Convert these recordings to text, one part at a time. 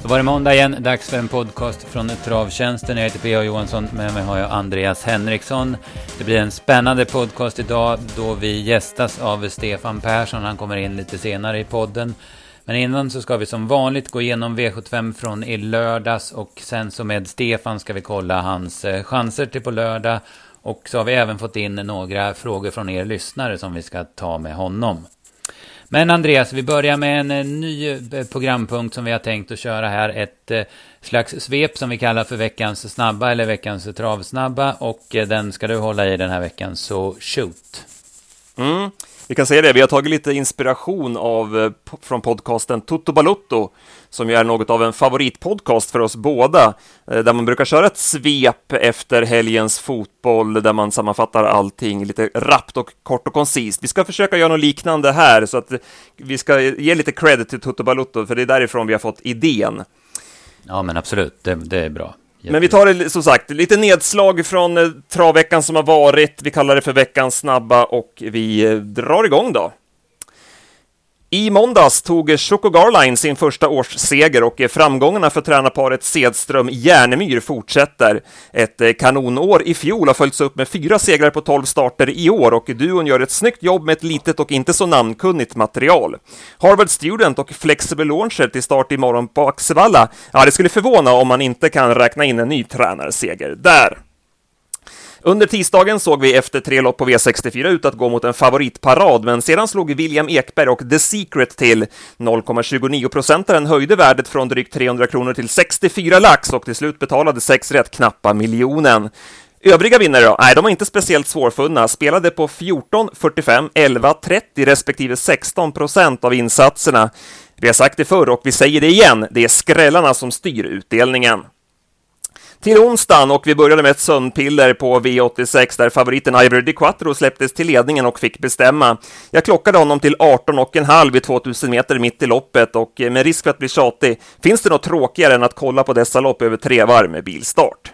Då var det måndag igen, dags för en podcast från Travtjänsten. Jag heter P.A. Johansson, med mig har jag Andreas Henriksson. Det blir en spännande podcast idag då vi gästas av Stefan Persson. Han kommer in lite senare i podden. Men innan så ska vi som vanligt gå igenom V75 från i lördags. Och sen så med Stefan ska vi kolla hans chanser till på lördag. Och så har vi även fått in några frågor från er lyssnare som vi ska ta med honom. Men Andreas, vi börjar med en ny programpunkt som vi har tänkt att köra här. Ett slags svep som vi kallar för veckans snabba eller veckans travsnabba. Och den ska du hålla i den här veckan, så shoot. Vi kan säga det, vi har tagit lite inspiration från podcasten Toto Balotto, som ju är något av en favoritpodcast för oss båda, där man brukar köra ett svep efter helgens fotboll, där man sammanfattar allting lite rappt och kort och koncist. Vi ska försöka göra något liknande här, så att vi ska ge lite credit till Toto Balotto, för det är därifrån vi har fått idén. Ja, men absolut, det är bra. Men vi tar det, som sagt, lite nedslag från travveckan som har varit. Vi kallar det för veckans snabba och vi drar igång då. I måndags tog Choco Garline sin första årsseger och framgångarna för tränarparet Sedström-Järnemyr fortsätter. Ett kanonår i fjol har följts upp med 4 segrar på 12 starter i år och duon gör ett snyggt jobb med ett litet och inte så namnkunnigt material. Harvard Student och Flexible Launcher till start imorgon på Axevalla. Ja, det skulle förvåna om man inte kan räkna in en ny tränarseger där. Under tisdagen såg vi efter 3 lopp på V64 ut att gå mot en favoritparad, men sedan slog William Ekberg och The Secret till. 0,29% höjde värdet från drygt 300 kronor till 64 lax och till slut betalade 6 rätt knappa miljonen. Övriga vinnare då? Nej, de var inte speciellt svårfunna, spelade på 14, 45, 11, 30 respektive 16% av insatserna. Vi har sagt det förr och vi säger det igen, det är skrällarna som styr utdelningen. Till onsdagen, och vi började med ett sömnpiller på V86 där favoriten Ivory Di Quattro släpptes till ledningen och fick bestämma. Jag klockade honom till 18,5 vid 2000 meter mitt i loppet och med risk för att bli tjatig, finns det något tråkigare än att kolla på dessa lopp över 3 varv med bilstart.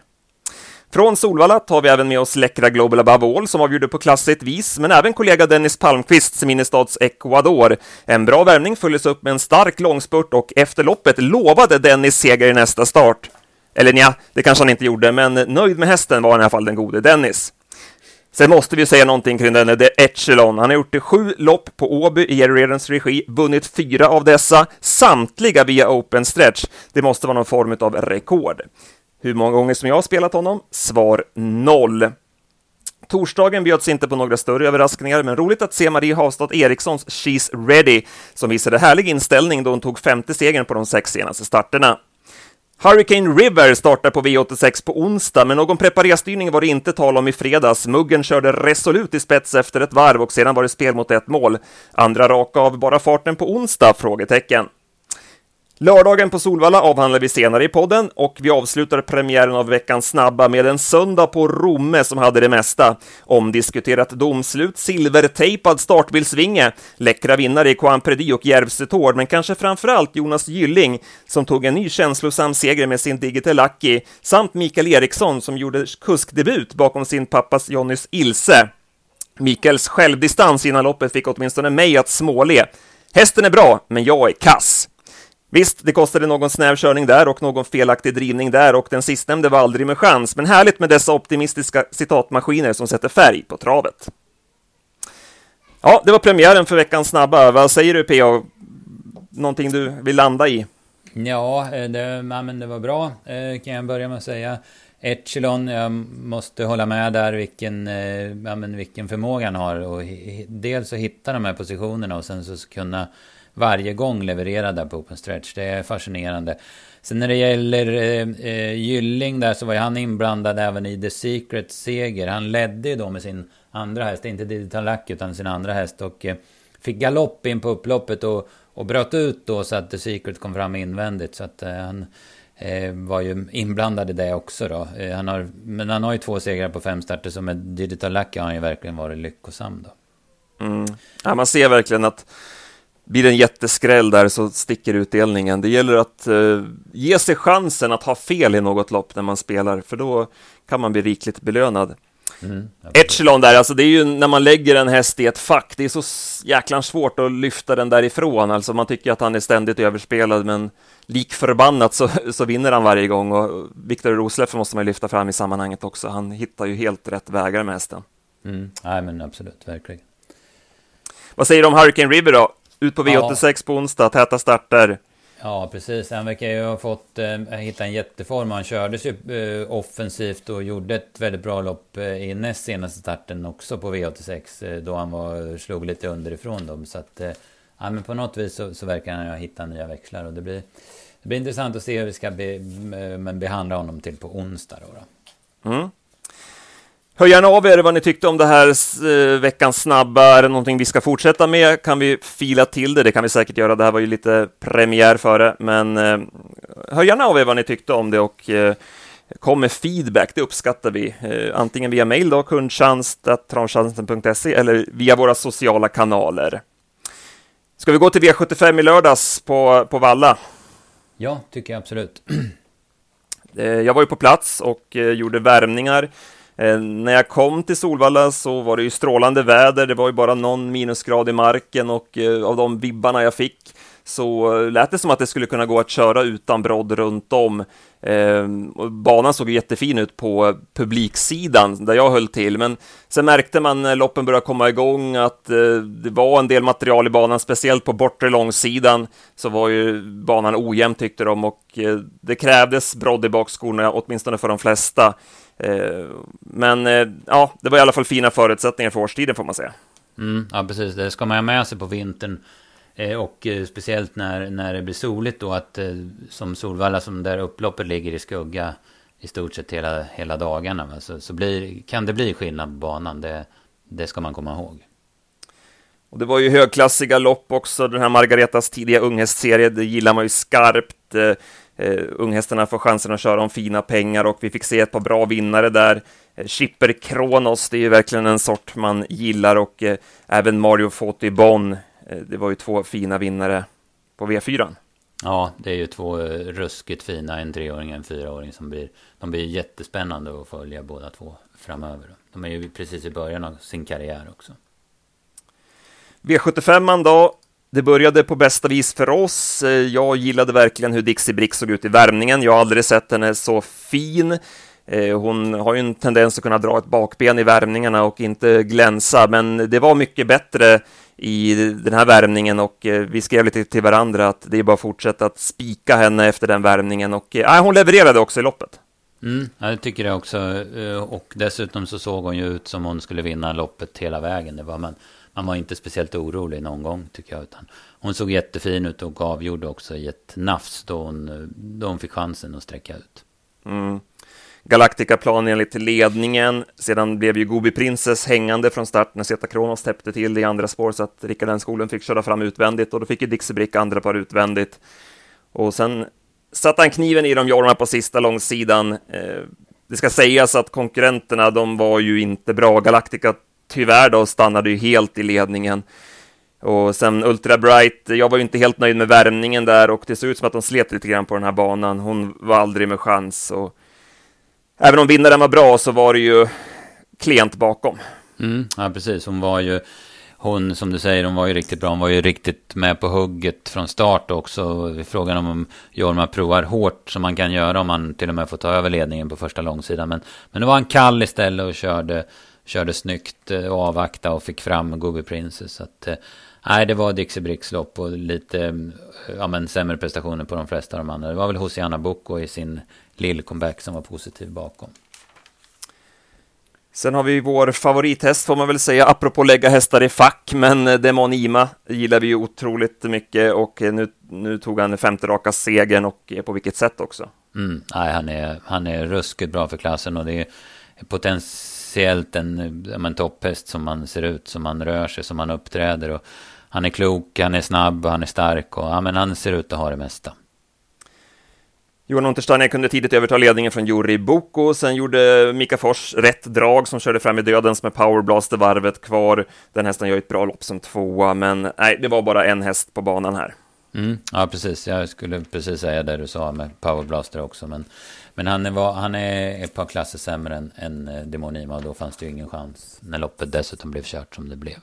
Från Solvalla tar vi även med oss läckra Global Above All som avgjorde på klassigt vis, men även kollega Dennis Palmqvists Minestads Ecuador. En bra värmning följdes upp med en stark långspurt och efter loppet lovade Dennis seger i nästa start. Eller nja, det kanske han inte gjorde, men nöjd med hästen var i alla fall den gode Dennis. Sen måste vi säga någonting kring den, det är Echelon. Han har gjort 7 lopp på Åby i Jerry Redens regi, vunnit 4 av dessa, samtliga via open stretch. Det måste vara någon form av rekord. Hur många gånger som jag har spelat honom? Svar 0. Torsdagen bjöds inte på några större överraskningar, men roligt att se Marie Havstad Erikssons She's Ready, som visade härlig inställning då hon tog 50 segern på de 6 senaste starterna. Hurricane River startar på V86 på onsdag, men någon preparerstyrning var det inte tal om i fredags. Muggen körde resolut i spets efter ett varv och sedan var det spel mot ett mål. Andra raka av bara farten på onsdag? Frågetecken. Lördagen på Solvalla avhandlar vi senare i podden och vi avslutar premiären av veckans snabba med en söndag på Romme som hade det mesta. Omdiskuterat domslut, silvertejpad startbilsvinge, läckra vinnare i Coan Predy och Järvsö Tord, men kanske framförallt Jonas Gylling som tog en ny känslosam seger med sin Digital Lucky, samt Mikael Eriksson som gjorde kuskdebut bakom sin pappas Jonnys Ilse. Mikaels självdistans innan loppet fick åtminstone mig att småle. Hästen är bra, men jag är kass. Visst, det kostade någon snäv körning där och någon felaktig drivning där och den sistnämnde var aldrig med chans, men härligt med dessa optimistiska citatmaskiner som sätter färg på travet. Ja, det var premiären för veckans snabba. Vad säger du, P.A.? Någonting du vill landa i? Ja, men det var bra, kan jag börja med att säga. Echelon, jag måste hålla med där vilken förmåga han har. Och dels att hitta de här positionerna och sen så kunna varje gång leverera där på open stretch. Det är fascinerande. Sen när det gäller Gylling där så var ju han inblandad även i The Secret seger. Han ledde ju då med sin andra häst, inte Digital Lucky utan sin andra häst, och fick galopp in på upploppet och bröt ut då så att The Secret kom fram invändigt, så att han var ju inblandad i det också då. Men han har ju 2 segrar på 5 starter, så med Digital Lucky har han ju verkligen varit lyckosam då. Ja, man ser verkligen att blir det en jätteskräll där så sticker utdelningen. Det gäller att ge sig chansen att ha fel i något lopp när man spelar, för då kan man bli rikligt belönad. Echelon där, alltså det är ju när man lägger en häst i ett fack, det är så jäkla svårt att lyfta den därifrån, alltså man tycker att han är ständigt överspelad, men lik förbannat så vinner han varje gång, och Viktor Rosleff måste man lyfta fram i sammanhanget också, han hittar ju helt rätt vägar med hästen. Nej men absolut, verkligen. Vad säger du om Hurricane River då? Ut på V86 på onsdag, täta starter. Ja, precis. Han verkar ju ha fått hitta en jätteform. Han kördes ju offensivt och gjorde ett väldigt bra lopp i näst senaste starten också på V86 då han slog lite underifrån dem. Så att, ja, men på något vis så verkar han ha hittat nya växlar, och det blir intressant att se hur vi ska behandla honom till på onsdag då. Hör gärna av er vad ni tyckte om det här veckans snabba. Är det någonting vi ska fortsätta med? Kan vi fila till det? Det kan vi säkert göra. Det här var ju lite premiär för det. Men hör gärna av er vad ni tyckte om det, och kom med feedback. Det uppskattar vi. Antingen via mail då, kundtjänst@travtjänsten.se, eller via våra sociala kanaler. Ska vi gå till V75 i lördags på Valla? Ja, tycker jag absolut. Jag var ju på plats och gjorde värmningar. När jag kom till Solvalla så var det ju strålande väder, det var ju bara någon minusgrad i marken, och av de vibbarna jag fick så lät det som att det skulle kunna gå att köra utan brodd runt om. Banan såg jättefin ut på publiksidan där jag höll till, men sen märkte man när loppen började komma igång att det var en del material i banan, speciellt på bortre långsidan så var ju banan ojämn tyckte de, och det krävdes brodd i bakskorna åtminstone för de flesta. Men ja, det var i alla fall fina förutsättningar för årstiden får man säga. Ja, precis. Det ska man ha med sig på vintern. Och speciellt när det blir soligt då, att som Solvalla, som där upploppet ligger i skugga i stort sett hela dagarna, så kan det bli skillnad på banan. Det ska man komma ihåg. Och det var ju högklassiga lopp också. Den här Margaretas tidiga unghästserie, det gillar man ju skarpt. Unghästarna får chansen att köra om fina pengar, och vi fick se ett par bra vinnare där. Chipper Kronos, det är ju verkligen en sort man gillar, och även Mario Foti Bon, det var ju två fina vinnare på V4. Ja, det är ju två ruskigt fina, en 3-åring och en 4-åring de blir jättespännande att följa båda två framöver. De är ju precis i början av sin karriär också. V75 då. Det började på bästa vis för oss. Jag gillade verkligen hur Dixie Brick såg ut i värmningen. Jag har aldrig sett henne så fin. Hon har ju en tendens att kunna dra ett bakben i värmningarna och inte glänsa, men det var mycket bättre i den här värmningen, och vi skrev lite till varandra att det är bara att fortsätta att spika henne efter den värmningen, och hon levererade också i loppet. Jag tycker det också, och dessutom så såg hon ju ut som hon skulle vinna loppet hela vägen. Det var man var inte speciellt orolig någon gång tycker jag, utan hon såg jättefin ut och avgjorde också i ett nafs då hon fick chansen att sträcka ut. Galactica-plan enligt ledningen. Sedan blev ju Gobi Princess hängande från start när Zeta Kronos täppte till det i andra spår, så att Rickard Enskolen fick köra fram utvändigt, och då fick ju Dixie Brick andra par utvändigt. Och sen satte han kniven i de Jorma på sista långsidan. Det ska sägas att konkurrenterna, de var ju inte bra. Galactica tyvärr då stannade ju helt i ledningen. Och sen Ultra Bright, jag var ju inte helt nöjd med värmningen där, och det såg ut som att de slet lite grann på den här banan. Hon var aldrig med chans, och även om vinnaren var bra så var det ju klent bakom. Ja, precis. Hon, som du säger, hon var ju riktigt bra. Hon var ju riktigt med på hugget från start också. Frågan om Jorma provar hårt som man kan göra om man till och med får ta över ledningen på första långsidan. Men nu var han kall istället och körde snyggt och avvakta och fick fram Gobi Princess. Så att, det var Dixie Bricks lopp och lite sämre prestationer på de flesta av de andra. Det var väl Hosianna Boko i sin lill comeback som var positiv bakom. Sen har vi vår favorithäst får man väl säga, apropå lägga hästar i fack, men Demon Ima gillar vi ju otroligt mycket, och nu tog han 5:e raka segern, och på vilket sätt också. Han är ruskigt bra för klassen, och det är potentiellt en topphäst som man ser ut, som man rör sig, som man uppträder, och han är klok, han är snabb, han är stark, och han ser ut att ha det mesta. Johan Untersteiner kunde tidigt överta ledningen från Juri Boko. Sen gjorde Mika Fors rätt drag som körde fram i dödens med Powerblaster varvet kvar. Den hästen gör ett bra lopp som tvåa, men nej, det var bara en häst på banan här. Ja, precis. Jag skulle precis säga det du sa med Powerblaster också. Men han är ett par klasser sämre än Demonima. Och då fanns det ju ingen chans när loppet dessutom blev kört som det blev.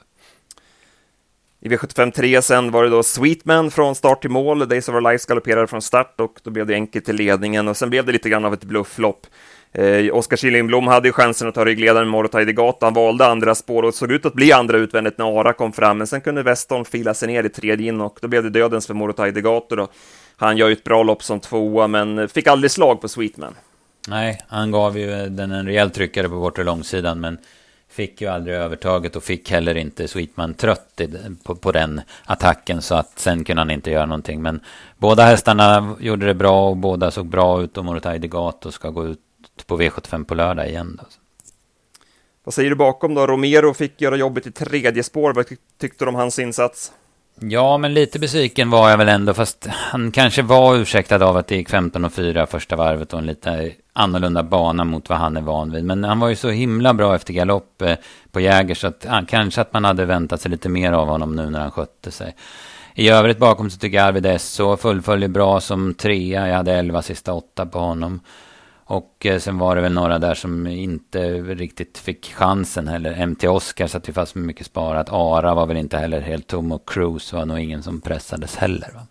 I V75-3 sen var det då Sweetman från start till mål. Days of Our Lives galopperade från start och då blev det enkelt till ledningen. Och sen blev det lite grann av ett blufflopp. Oskar Kihlblom hade ju chansen att ta ryggledaren Morotai Degato. Han valde andra spår och såg ut att bli andra utvändigt när Ara kom fram. Men sen kunde Westholm fila sig ner i tredje in och då blev det dödens för Morotai Degato då. Han gör ju ett bra lopp som tvåa men fick aldrig slag på Sweetman. Nej, han gav ju den en rejäl tryckare på bortre långsidan men fick ju aldrig övertaget och fick heller inte Sweetman trött på den attacken så att sen kunde han inte göra någonting. Men båda hästarna gjorde det bra och båda såg bra ut och Morotai Degato ska gå ut på V75 på lördag igen då. Vad säger du bakom då? Romero fick göra jobbet i tredje spår. Vad tyckte du om hans insats? Ja, men lite besviken var jag väl ändå, fast han kanske var ursäktad av att det gick 15,4 första varvet och en lite annorlunda bana mot vad han är van vid. Men han var ju så himla bra efter galopp på Jäger så att kanske att man hade väntat sig lite mer av honom nu när han skötte sig. I övrigt bakom så tycker jag Arvid S så fullföljer bra som trea. Jag hade 11 sista 8 på honom. Och sen var det väl några där som inte riktigt fick chansen heller. MT Oscar satt ju fast med mycket sparat. Ara var väl inte heller helt tom och Cruise var nog ingen som pressades heller, va?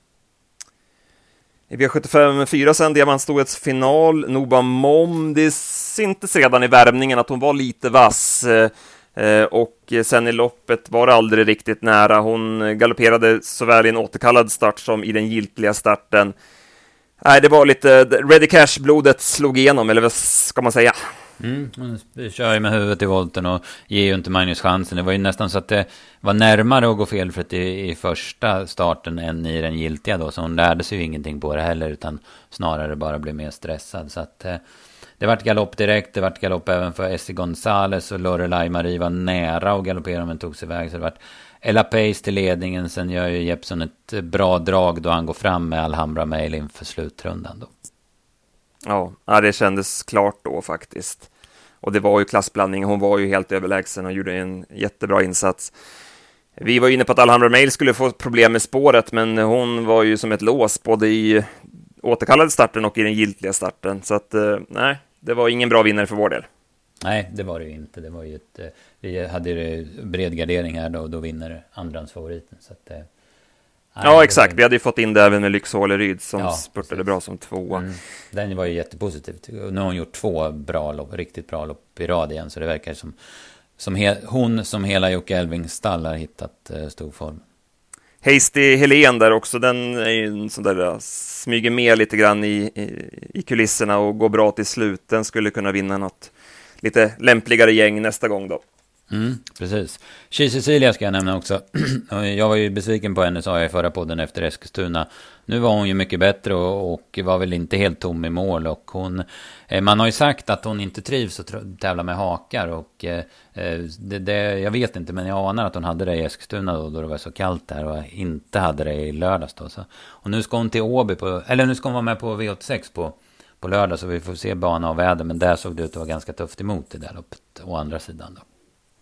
I V75-4 sen, diamantstoets final, Noba Mom, det syntes redan i värmningen att hon var lite vass. Och sen i loppet var det aldrig riktigt nära. Hon galopperade såväl i en återkallad start som i den giltiga starten. Nej, det var lite Ready Cash-blodet slog igenom, eller vad ska man säga? Hon kör ju med huvudet i volten och ger ju inte Magnus chansen. Det var ju nästan så att det var närmare att gå felfritt i första starten än i den giltiga då. Så hon lärde sig ju ingenting på det heller utan snarare bara blev mer stressad. Så att det vart galopp direkt, det vart galopp även för Essie Gonzales och Lorelai Marie var nära och galopperade men tog sig iväg. Så det vart Ella Pace till ledningen, sen gör ju Jeppson ett bra drag då han går fram med Alhambra Mail inför slutrundan då. Ja, det kändes klart då faktiskt. Och det var ju klassblandning, hon var ju helt överlägsen och gjorde en jättebra insats. Vi var inne på att Alhambra Mail skulle få problem med spåret, men hon var ju som ett lås både i återkallade starten och i den giltiga starten. Så att nej, det var ingen bra vinnare för vår del. Nej, det var det ju inte. Det var ju vi hade ju bred gardering här då, och då vinner andrahandsfavoriten. Så att, nej, ja, exakt. Vi hade ju fått in det även med Lycksåleryd som spurtade bra som tvåa. Den var ju jättepositiv. Nu har hon gjort 2 bra lopp, riktigt bra lopp i rad igen. Så det verkar som hon som hela Jocke Elvings stall har hittat stor form. Hasty Helen där också, den är ju en sån där smyger med lite grann i kulisserna och går bra till slut. Den skulle kunna vinna något lite lämpligare gäng nästa gång då. Precis. Chi Cecilia ska jag nämna också. Jag var ju besviken på henne, sa jag i förra podden efter Eskilstuna. Nu var hon ju mycket bättre och var väl inte helt tom i mål. Och man har ju sagt att hon inte trivs att tävla med hakar. Och jag vet inte, men jag anar att hon hade det i Eskilstuna då det var så kallt där. Och inte hade det i lördags då. Så. Och nu ska hon till Åby nu ska hon vara med på V86 på lördag. Så vi får se bana och väder. Men där såg det ut att vara ganska tufft emot det där loppet. Å andra sidan då.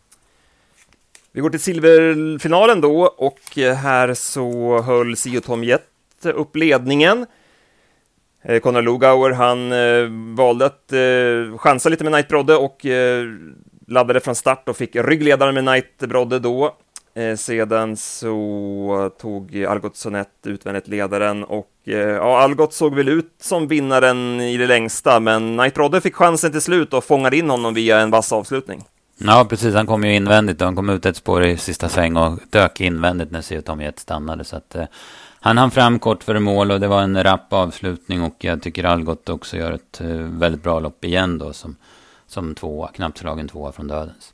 Vi går till silverfinalen då och här så höll Sio Tom Jett upp ledningen. Conor Lugauer, han valde att chansa lite med Knight Brodde och laddade från start och fick ryggledaren med Knight Brodde då. Sedan så tog Algot Sonett utvändigt ledaren och Algot såg väl ut som vinnaren i det längsta, men Knight Brodde fick chansen till slut och fångade in honom via en vass avslutning. Ja, precis. Han kom ju invändigt och han kom ut ett spår i sista sväng och dök invändigt när Sio Tom Jett stannade. Så att han hann fram kort för mål och det var en rapp avslutning och jag tycker Algot också gör ett väldigt bra lopp igen då som tvåa, knappt slagen tvåa från dödens.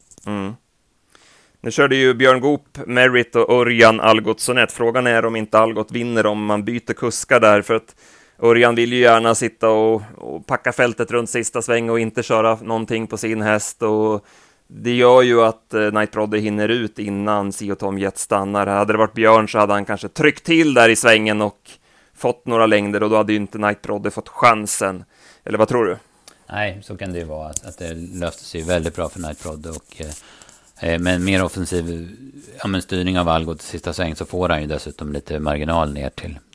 Nu körde ju Björn Goop, Merritt och Örjan Algot Sonett. Frågan är om inte Algot vinner om man byter kuskar där, för att Örjan vill ju gärna sitta och packa fältet runt sista sväng och inte köra någonting på sin häst, och det gör ju att Knight Brodde hinner ut innan Sio Tom Jett stannar. Hade det varit Björn så hade han kanske tryckt till där i svängen och fått några längder och då hade ju inte Knight Brodde fått chansen. Eller vad tror du? Nej, så kan det ju vara. Att det löste sig väldigt bra för Knight Brodde och med mer offensiv styrning av Algot i sista sväng så får han ju dessutom lite marginal ner till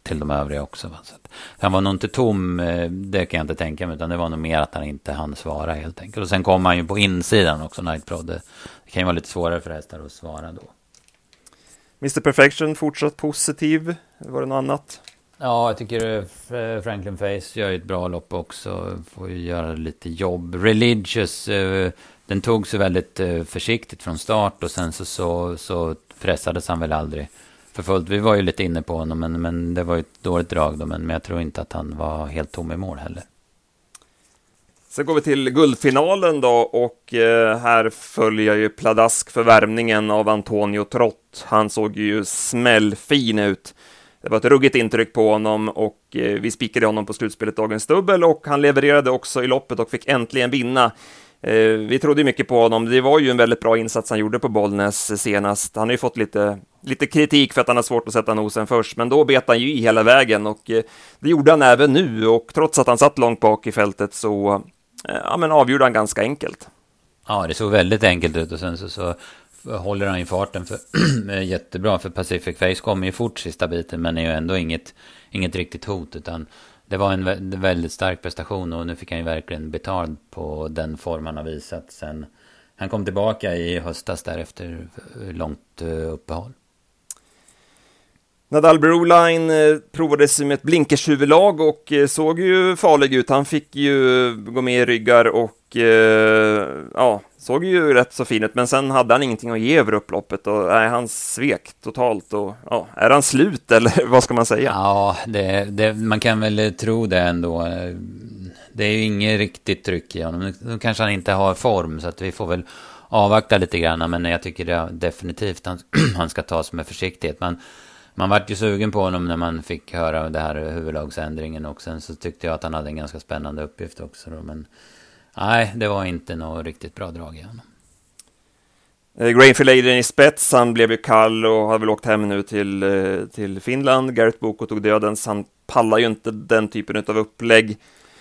till de övriga också. Va? Så att han var nog inte tom, det kan jag inte tänka mig, utan det var nog mer att han inte hann svara helt enkelt. Och sen kom han ju på insidan också, Night Pro. Det kan ju vara lite svårare för hästar att svara då. Mr. Perfection fortsatt positiv. Var det något annat? Ja, jag tycker Franklin Face gör ett bra lopp också. Får ju göra lite jobb. Religious, den tog sig väldigt försiktigt från start. Och sen så pressades han väl aldrig för fullt. Vi var ju lite inne på honom, men det var ju ett dåligt drag då. Men jag tror inte att han var helt tom i mål heller. Sen går vi till guldfinalen då, och här följer ju pladask för värmningen av Antonio Trott. Han såg ju smällfin ut. Det var ett ruggigt intryck på honom, och vi spikade honom på slutspelet dagens dubbel, och han levererade också i loppet och fick äntligen vinna. Vi trodde mycket på honom. Det var ju en väldigt bra insats han gjorde på Bollnäs senast. Han har ju fått lite kritik för att han har svårt att sätta nosen först, men då bet han ju i hela vägen, och det gjorde han även nu, och trots att han satt långt bak i fältet så avgjorde han ganska enkelt. Ja, det såg väldigt enkelt ut, och sen så håller han i farten jättebra, för Pacific Face kommer ju fort sista biten, men är ju ändå inget riktigt hot, utan det var en väldigt stark prestation, och nu fick han ju verkligen betalt på den form han har visat sen han kom tillbaka i höstas därefter långt uppehåll. Nadal Broline provade sig med ett blinkershuvudlag och såg ju farlig ut. Han fick ju gå med i ryggar och såg ju rätt så fin ut, men sen hade han ingenting att ge över upploppet, och han svek totalt, och är han slut eller vad ska man säga? Ja, man kan väl tro det ändå. Det är ju inget riktigt tryck i honom. Nu kanske han inte har form, så att vi får väl avvakta lite grann, men jag tycker det definitivt han ska tas med försiktighet. Man vart ju sugen på honom när man fick höra det här huvudlagsändringen, och sen så tyckte jag att han hade en ganska spännande uppgift också då, men nej, det var inte något riktigt bra drag i honom. Grainfield Adrian i spets, han blev ju kall och har väl åkt hem nu till Finland. Gareth Boko tog döden, så han pallar ju inte den typen av upplägg.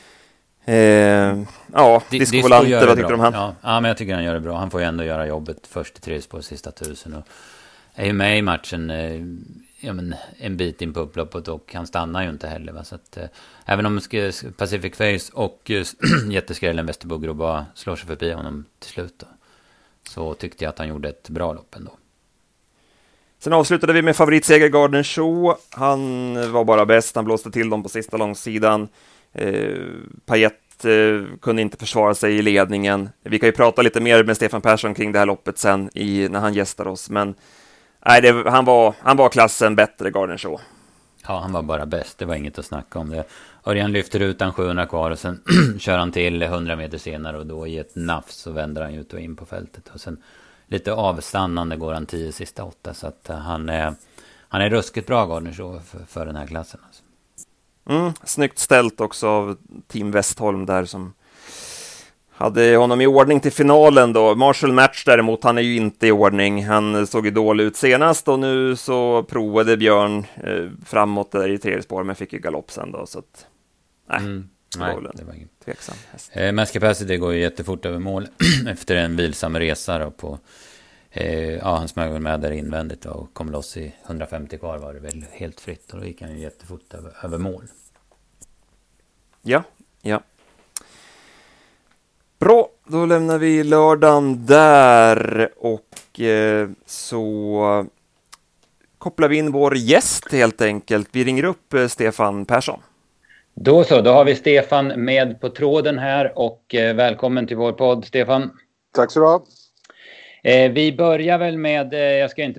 Disco Volante, vad tyckte du om han? Ja, men jag tycker han gör det bra. Han får ju ändå göra jobbet först i 3 på sista 1000, och är ju med i matchen en bit in på upploppet, och han stannar ju inte heller, va? Så att, även om Pacific Face och jätteskrällen Västerbugro bara slår sig förbi honom till slut då, så tyckte jag att han gjorde ett bra lopp ändå. Sen avslutade vi med favoritseger Garden Show. Han var bara bäst, han blåste till dem på sista långsidan. Payet kunde inte försvara sig i ledningen. Vi kan ju prata lite mer med Stefan Persson kring det här loppet sen när han gästar oss, men nej, han var klassen bättre, Garden Show. Ja, han var bara bäst, det var inget att snacka om det. Örjan lyfter ut han 700 kvar, och sen kör han till 100 meter senare, och då i ett nafs så vänder han ut och in på fältet, och sen lite avstannande går han 10 sista 8, så att han är ruskigt bra, Garden Show, för den här klassen alltså. Snyggt ställt också av Team Westholm där, som hade honom i ordning till finalen då. Marshall Match däremot, han är ju inte i ordning. Han såg ju dålig ut senast, och nu så provade Björn framåt där i 3 spår, men fick ju galopp sen då, så att nej, det var ingen tveksam häst. Mass Capacity går ju jättefort över mål efter en vilsam resa då på han smög väl med där invändigt och kom loss i 150 kvar, var det väl helt fritt, och då gick han ju jättefort över mål. Ja. Bra, då lämnar vi lördagen där, och så kopplar vi in vår gäst helt enkelt. Vi ringer upp Stefan Persson. Då har vi Stefan med på tråden här, och välkommen till vår podd, Stefan. Tack så du ha. Vi börjar väl med, jag ska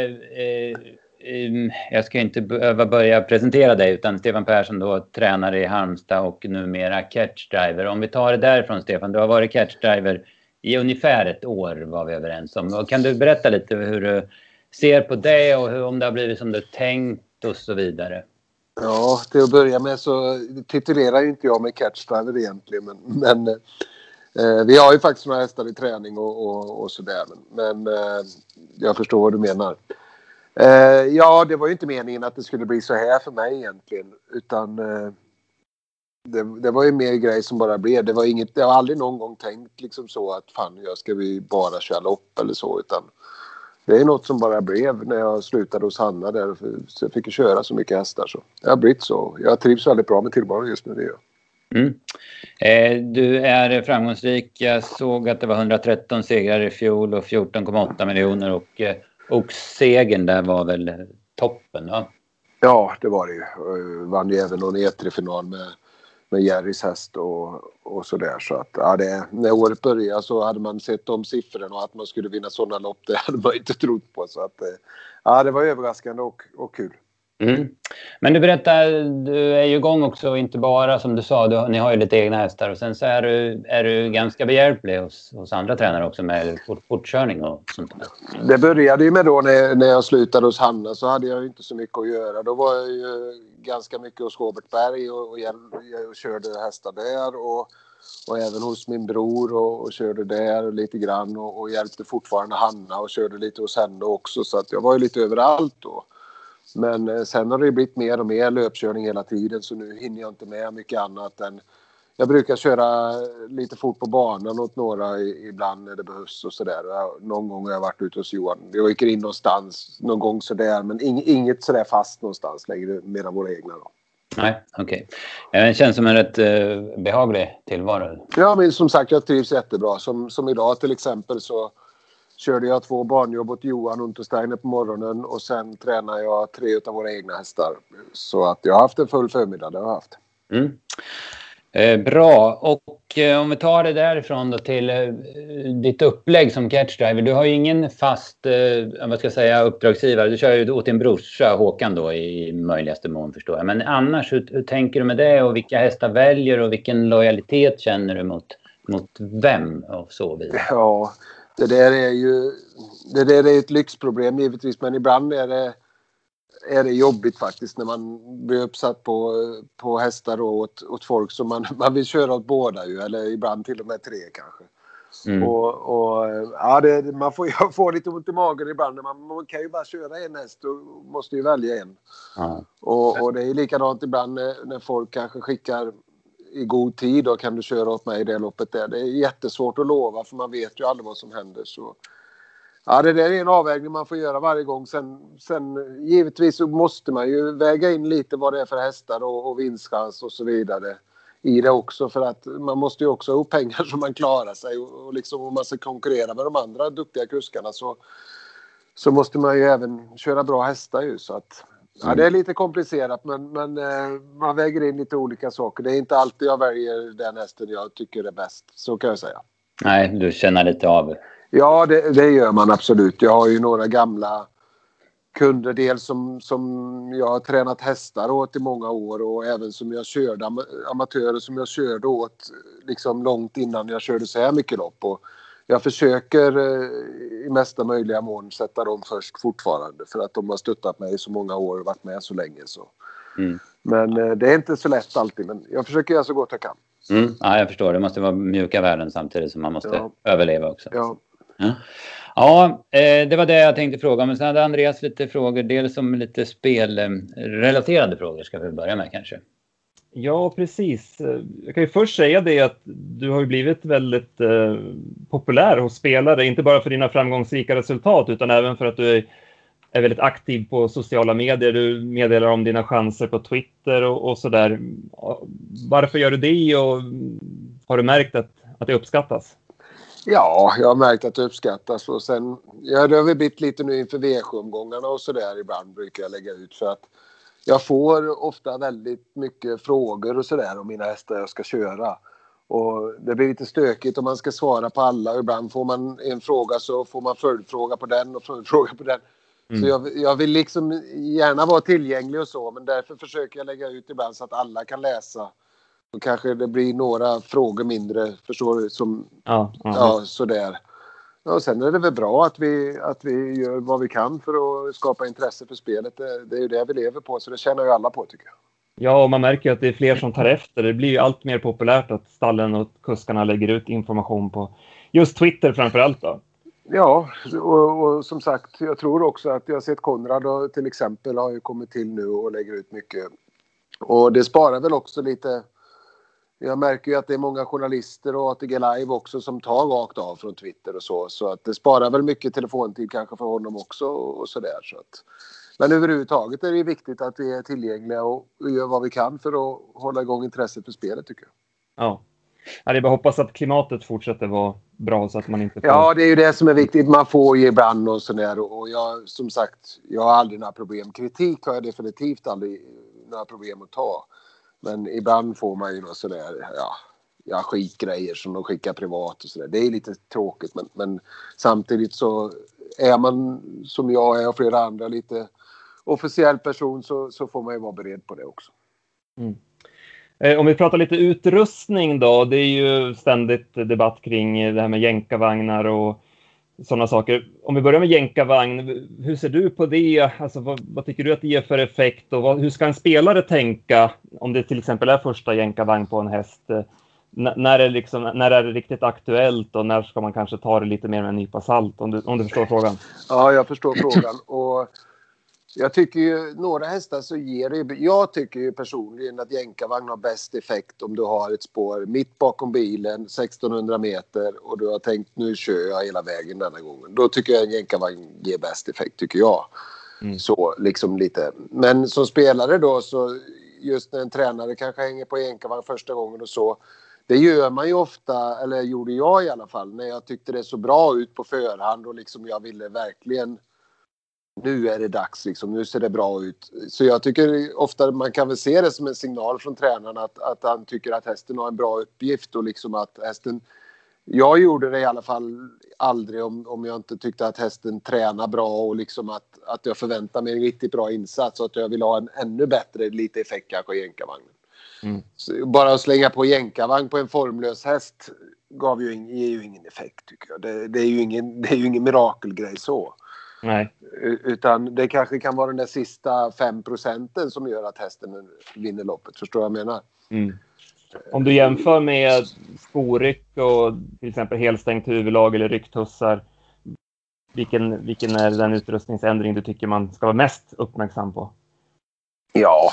inte behöva börja presentera dig, utan Stefan Persson då, tränare i Halmstad och numera catchdriver. Om vi tar det därifrån, Stefan, du har varit catchdriver i ungefär ett år, var vi överens om. Och kan du berätta lite hur du ser på det, och om det har blivit som du tänkt och så vidare? Ja, till att börja med så titulerar ju inte jag med catchdriver egentligen, men vi har ju faktiskt några hästar i träning och sådär, men jag förstår vad du menar. Ja, det var ju inte meningen att det skulle bli så här för mig egentligen, utan det var ju mer grej som bara blev. Det var inget, jag har aldrig någon gång tänkt liksom så att fan, jag ska vi bara köra lopp eller så, utan det är något som bara blev när jag slutade hos Hanna där. Så jag fick köra så mycket hästar. Så det har blivit så. Jag trivs väldigt bra med tillvaron just nu, det gör jag. Du är framgångsrik. Jag såg att det var 113 segrar i fjol och 14,8 miljoner. Och Oxsegern där var väl toppen, va? Ja, det var det ju. Vann ju även någon E3-final med Jerrys häst och sådär. Så att när året började så hade man sett de siffrorna och att man skulle vinna sådana lopp, det hade man inte trott på. Så att det var överraskande och kul. Men du berättar, du är ju igång också, inte bara som du sa, ni har ju lite egna hästar och sen så är du ganska behjälplig hos andra tränare också med fortkörning och sånt där. Det började ju med då när jag slutade hos Hanna, så hade jag ju inte så mycket att göra. Då var jag ju ganska mycket hos Robert Berg och körde hästar där och även hos min bror och körde där lite grann och hjälpte fortfarande Hanna och körde lite hos henne också, så att jag var ju lite överallt då. Men sen har det blivit mer och mer löpkörning hela tiden, så nu hinner jag inte med mycket annat än... Jag brukar köra lite fort på banan åt några ibland när det behövs och sådär. Någon gång har jag varit ute hos Johan. Jag gick in någonstans någon gång sådär, men inget sådär fast någonstans längre medan våra egna då. Nej, okej. Det känns som en rätt behaglig tillvaro. Ja, men som sagt, jag trivs jättebra. Som idag till exempel så körde jag 2 barnjobb åt Johan Untersteiner på morgonen och sen tränar jag 3 av våra egna hästar. Så att jag har haft en full förmiddag, det har jag haft. Bra, och om vi tar det därifrån då till ditt upplägg som catchdriver. Du har ju ingen fast uppdragsgivare. Du kör ju åt din brorsa Håkan då i möjligaste mån, förstår jag. Men annars, hur tänker du med det och vilka hästar väljer och vilken lojalitet känner du mot vem och så vidare? Ja, det där är ett lyxproblem givetvis, men ibland är det jobbigt faktiskt när man blir uppsatt på hästar åt folk som man vill köra åt båda ju, eller ibland till och med 3 kanske. Man får lite ont i magen ibland. Man kan ju bara köra en häst och måste ju välja en. Och det är likadant ibland när folk kanske skickar i god tid, då kan du köra åt mig i det loppet där. Det är jättesvårt att lova, för man vet ju aldrig vad som händer. Så det där är en avvägning man får göra varje gång. Sen givetvis så måste man ju väga in lite vad det är för hästar och vinstchans och så vidare i det också, för att man måste ju också ha pengar så man klarar sig, och liksom om man ska konkurrera med de andra duktiga kuskarna så måste man ju även köra bra hästar ju, så att det är lite komplicerat, men man väger in lite olika saker. Det är inte alltid jag väljer den hästen jag tycker är bäst, så kan jag säga. Nej, du känner lite av. Ja, det gör man absolut. Jag har ju några gamla kunder, dels som jag har tränat hästar åt i många år, och även som jag körde amatörer som jag körde åt liksom långt innan jag körde så här mycket lopp. Och jag försöker i mesta möjliga mån sätta dem först fortfarande, för att de har stöttat mig i så många år och varit med så länge. Så. Men det är inte så lätt alltid, men jag försöker göra så gott jag kan. Ja, jag förstår. Det måste vara mjuka värden samtidigt som man måste överleva också. Ja, det var det jag tänkte fråga. Men sen hade Andreas lite frågor. Dels om lite spelrelaterade frågor ska vi börja med kanske. Ja, precis. Jag kan ju först säga det att du har ju blivit väldigt populär hos spelare. Inte bara för dina framgångsrika resultat, utan även för att du är väldigt aktiv på sociala medier. Du meddelar om dina chanser på Twitter och sådär. Varför gör du det, och har du märkt att det uppskattas? Ja, jag har märkt att det uppskattas, och sen det har vi blivit lite nu inför V7-omgångarna och sådär, ibland brukar jag lägga ut, för att jag får ofta väldigt mycket frågor och sådär om mina hästar jag ska köra. Och det blir lite stökigt om man ska svara på alla, och ibland får man en fråga så får man följdfråga på den och följdfråga på den. Så jag vill liksom gärna vara tillgänglig och så, men därför försöker jag lägga ut ibland så att alla kan läsa. Då kanske det blir några frågor mindre, förstår du, som sådär. Och sen är det väl bra att vi gör vad vi kan för att skapa intresse för spelet. Det är ju det vi lever på, så det tjänar ju alla på, tycker jag. Ja, och man märker att det är fler som tar efter. Det blir ju allt mer populärt att stallen och kuskarna lägger ut information på just Twitter framförallt då. Ja, och som sagt, jag tror också att jag har sett Konrad till exempel har ju kommit till nu och lägger ut mycket. Och det sparar väl också lite Jag märker ju att det är många journalister och ATG Live också som tar rakt av från Twitter och så att det sparar väl mycket telefontid kanske för honom också och sådär. Så att, men överhuvudtaget är det ju viktigt att vi är tillgängliga och gör vad vi kan för att hålla igång intresset för spelet, tycker jag. Ja. Det är bara hoppas att klimatet fortsätter vara bra så att man inte får... Ja, det är ju det som är viktigt. Man får ju ibland och sådär. Och jag, som sagt, jag har aldrig några problem. Kritik har jag definitivt aldrig några problem att ta. Men ibland får man ju något sådär, skitgrejer som de skickar privat och sådär. Det är lite tråkigt, men samtidigt så är man, som jag är och flera andra, lite officiell person, så får man ju vara beredd på det också. Mm. Om vi pratar lite utrustning då, det är ju ständigt debatt kring det här med jänkarvagnar och sådana saker. Om vi börjar med jänkarvagn, hur ser du på det? Alltså, vad tycker du att det ger för effekt och hur ska en spelare tänka om det till exempel är första jänkarvagn på en häst? När är det riktigt aktuellt och när ska man kanske ta det lite mer med en nypa salt, om du förstår frågan? Ja, jag förstår frågan och jag tycker ju några hästar så ger det, jag tycker ju personligen att jänkarvagn har bäst effekt om du har ett spår mitt bakom bilen 1600 meter och du har tänkt nu kör jag hela vägen denna gången. Då tycker jag en jänkarvagn ger bäst effekt, tycker jag. Så liksom lite. Men som spelare då, så just när en tränare kanske hänger på jänkarvagn första gången och så, det gör man ju ofta, eller gjorde jag i alla fall, när jag tyckte det så bra ut på förhand och liksom jag ville verkligen, nu är det dags liksom, nu ser det bra ut. Så jag tycker ofta man kan väl se det som en signal från tränaren att han tycker att hästen har en bra uppgift och liksom att hästen, jag gjorde det i alla fall aldrig om jag inte tyckte att hästen tränar bra och liksom att jag förväntar mig en riktigt bra insats och att jag vill ha en ännu bättre lite effekt kanske i jänkarvagnen. Bara att slänga på jänkarvagn på en formlös häst ger ju ingen effekt, tycker jag. Det är ju ingen mirakelgrej så. Nej. Utan det kanske kan vara den där sista 5% som gör att hästen vinner loppet. Förstår jag menar? Om du jämför med skoryck och till exempel helstängt huvudlag eller rycktussar, vilken är den utrustningsändring du tycker man ska vara mest uppmärksam på? Ja,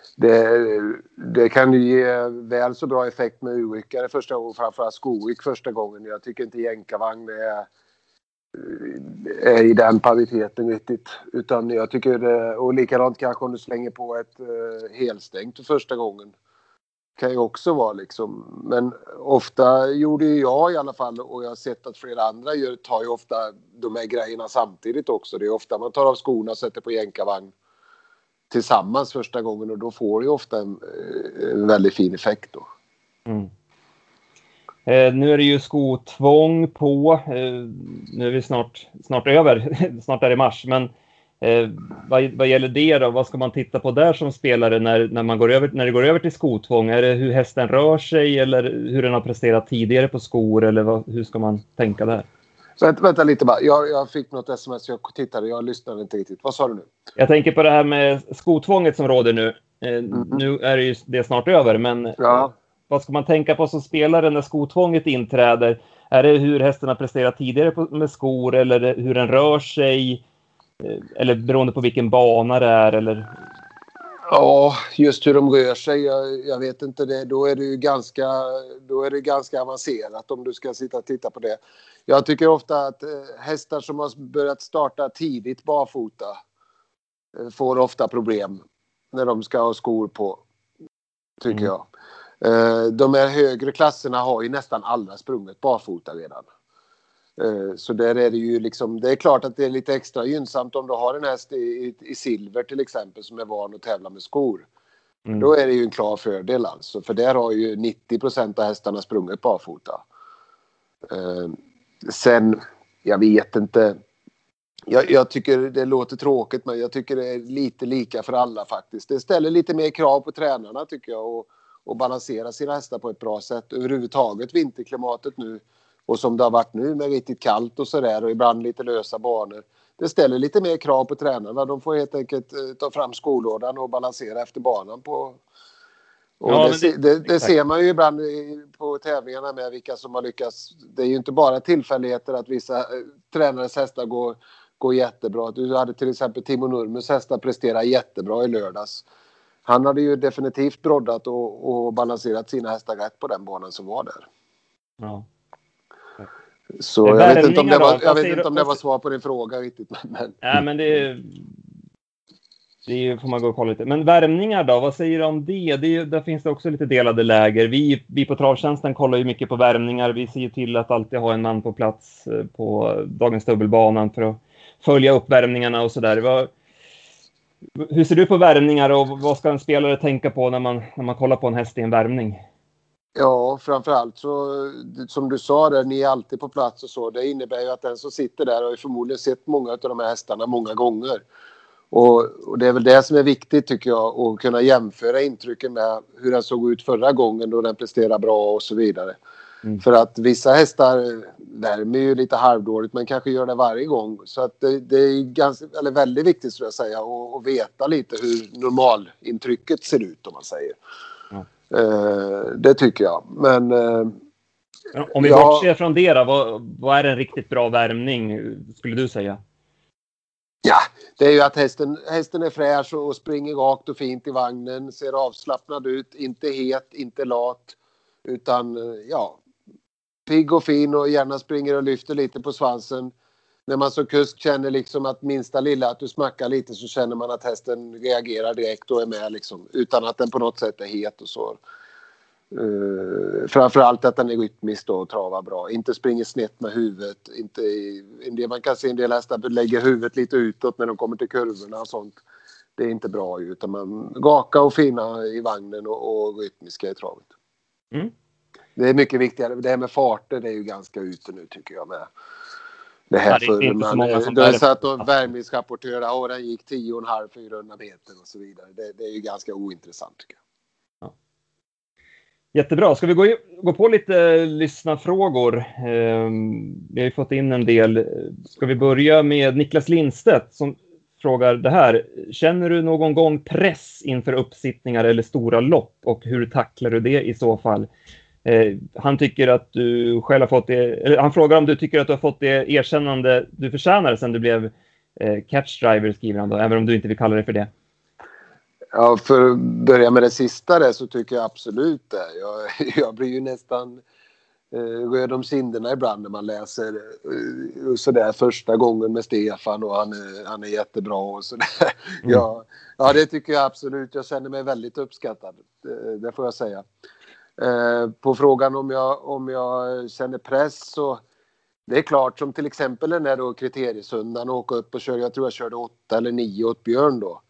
det kan ju ge väl så bra effekt med urryckare första gången, framförallt skoryck första gången. Jag tycker inte jänkarvagn är i den pariteten riktigt, utan jag tycker det, och likadant kanske om du slänger på ett helstängt för första gången kan ju också vara liksom, men ofta gjorde jag i alla fall, och jag har sett att flera andra tar ju ofta de här grejerna samtidigt också. Det är ofta man tar av skorna och sätter på jänkarvagn tillsammans första gången och då får det ju ofta en väldigt fin effekt då. Nu är det ju skotvång på, nu är vi snart över, snart är det mars, men vad gäller det då, vad ska man titta på där som spelare när det går över till skotvång? Är det hur hästen rör sig eller hur den har presterat tidigare på skor, eller hur ska man tänka där? Vänta lite bara, jag fick något sms, jag lyssnade inte riktigt. Vad sa du nu? Jag tänker på det här med skotvånget som råder nu. Nu är det ju det snart över, men vad ska man tänka på som spelare när skotvånget inträder? Är det hur hästen har presterat tidigare med skor, eller hur den rör sig? Eller beroende på vilken bana det är, eller? Ja, just hur de rör sig, jag vet inte det. Då är det ganska avancerat om du ska sitta och titta på det. Jag tycker ofta att hästar som har börjat starta tidigt barfota får ofta problem när de ska ha skor på, tycker jag. De här högre klasserna har ju nästan alla sprungit barfota redan. Så där är det ju liksom, det är klart att det är lite extra gynnsamt om du har en häst i silver till exempel som är van att tävla med skor. Då är det ju en klar fördel alltså, för där har ju 90% av hästarna sprungit barfota. Sen, jag vet inte, jag tycker det låter tråkigt, men jag tycker det är lite lika för alla faktiskt. Det ställer lite mer krav på tränarna tycker jag, och balansera sina hästar på ett bra sätt. Överhuvudtaget vinterklimatet nu, och som det har varit nu med riktigt kallt och sådär och ibland lite lösa banor. Det ställer lite mer krav på tränarna. De får helt enkelt ta fram skolådan och balansera efter banan på. Och ja, det ser man ju ibland på tävlingarna med vilka som har lyckats. Det är ju inte bara tillfälligheter att vissa tränares hästar går jättebra. Du hade till exempel Timo Nurmes hästar prestera jättebra i lördags. han hade ju definitivt broddat och balanserat sina hästar rätt på den banan som var där. Ja. Så jag vet inte om det var svar på din fråga riktigt. Nej, men det får man gå och kolla lite. Men värmningar då, vad säger du om det? Där finns det också lite delade läger. Vi på Travtjänsten kollar ju mycket på värmningar. Vi ser ju till att alltid ha en man på plats på dagens dubbelbanan för att följa upp värmningarna och sådär. Hur ser du på värmningar och vad ska en spelare tänka på när man kollar på en häst i en värmning? Ja, framförallt så som du sa där, ni är alltid på plats och så. Det innebär ju att den som sitter där har ju förmodligen sett många av de här hästarna många gånger. Och det är väl det som är viktigt tycker jag, att kunna jämföra intrycken med hur den såg ut förra gången då den presterade bra och så vidare. För att vissa hästar värmer ju lite halvdåligt men kanske gör det varje gång. Så att det är väldigt viktigt skulle jag säga att veta lite hur normalintrycket ser ut om man säger. Det tycker jag. Men om vi bortser från det då, vad är en riktigt bra värmning skulle du säga? Ja, det är ju att hästen är fräsch och springer rakt och fint i vagnen, ser avslappnad ut, inte het, inte lat, utan pigg och fin och gärna springer och lyfter lite på svansen. När man som kusk känner liksom att minsta lilla att du smackar lite så känner man att hästen reagerar direkt och är med liksom, utan att den på något sätt är het och så. Framförallt att den är rytmisk och travar bra. Inte springer snett med huvudet. Man kan se en del hästar lägger huvudet lite utåt när de kommer till kurvorna och sånt. Det är inte bra utan man raka och fina i vagnen och rytmiska i travet. Det är mycket viktigare. Det här med farter det är ju ganska ute nu tycker jag med. Det här det är så att de värmningsrapportörer den gick 10,5-400 meter och så vidare. Det är ju ganska ointressant tycker jag. Jättebra. Ska vi gå på lite lyssnarfrågor? Vi har ju fått in en del. Ska vi börja med Niklas Lindstedt som frågar det här. Känner du någon gång press inför uppsittningar eller stora lopp? Och hur tacklar du det i så fall? Han tycker att du själv har fått det, eller han frågar om du tycker att du har fått det erkännande du förtjänar sedan du blev catchdriver, skriver han då, även om du inte vill kalla det för det. Ja, för att börja med det sista där så tycker jag absolut det. Jag blir ju nästan röd om kinderna ibland när man läser sådär första gången med Stefan och han är jättebra och sådär. Ja, det tycker jag absolut. Jag känner mig väldigt uppskattad. Det får jag säga. På frågan om jag känner press så det är klart som till exempel den där då kriteriesöndagen åka upp och köra, jag tror jag körde 8 eller 9 åt Björn då.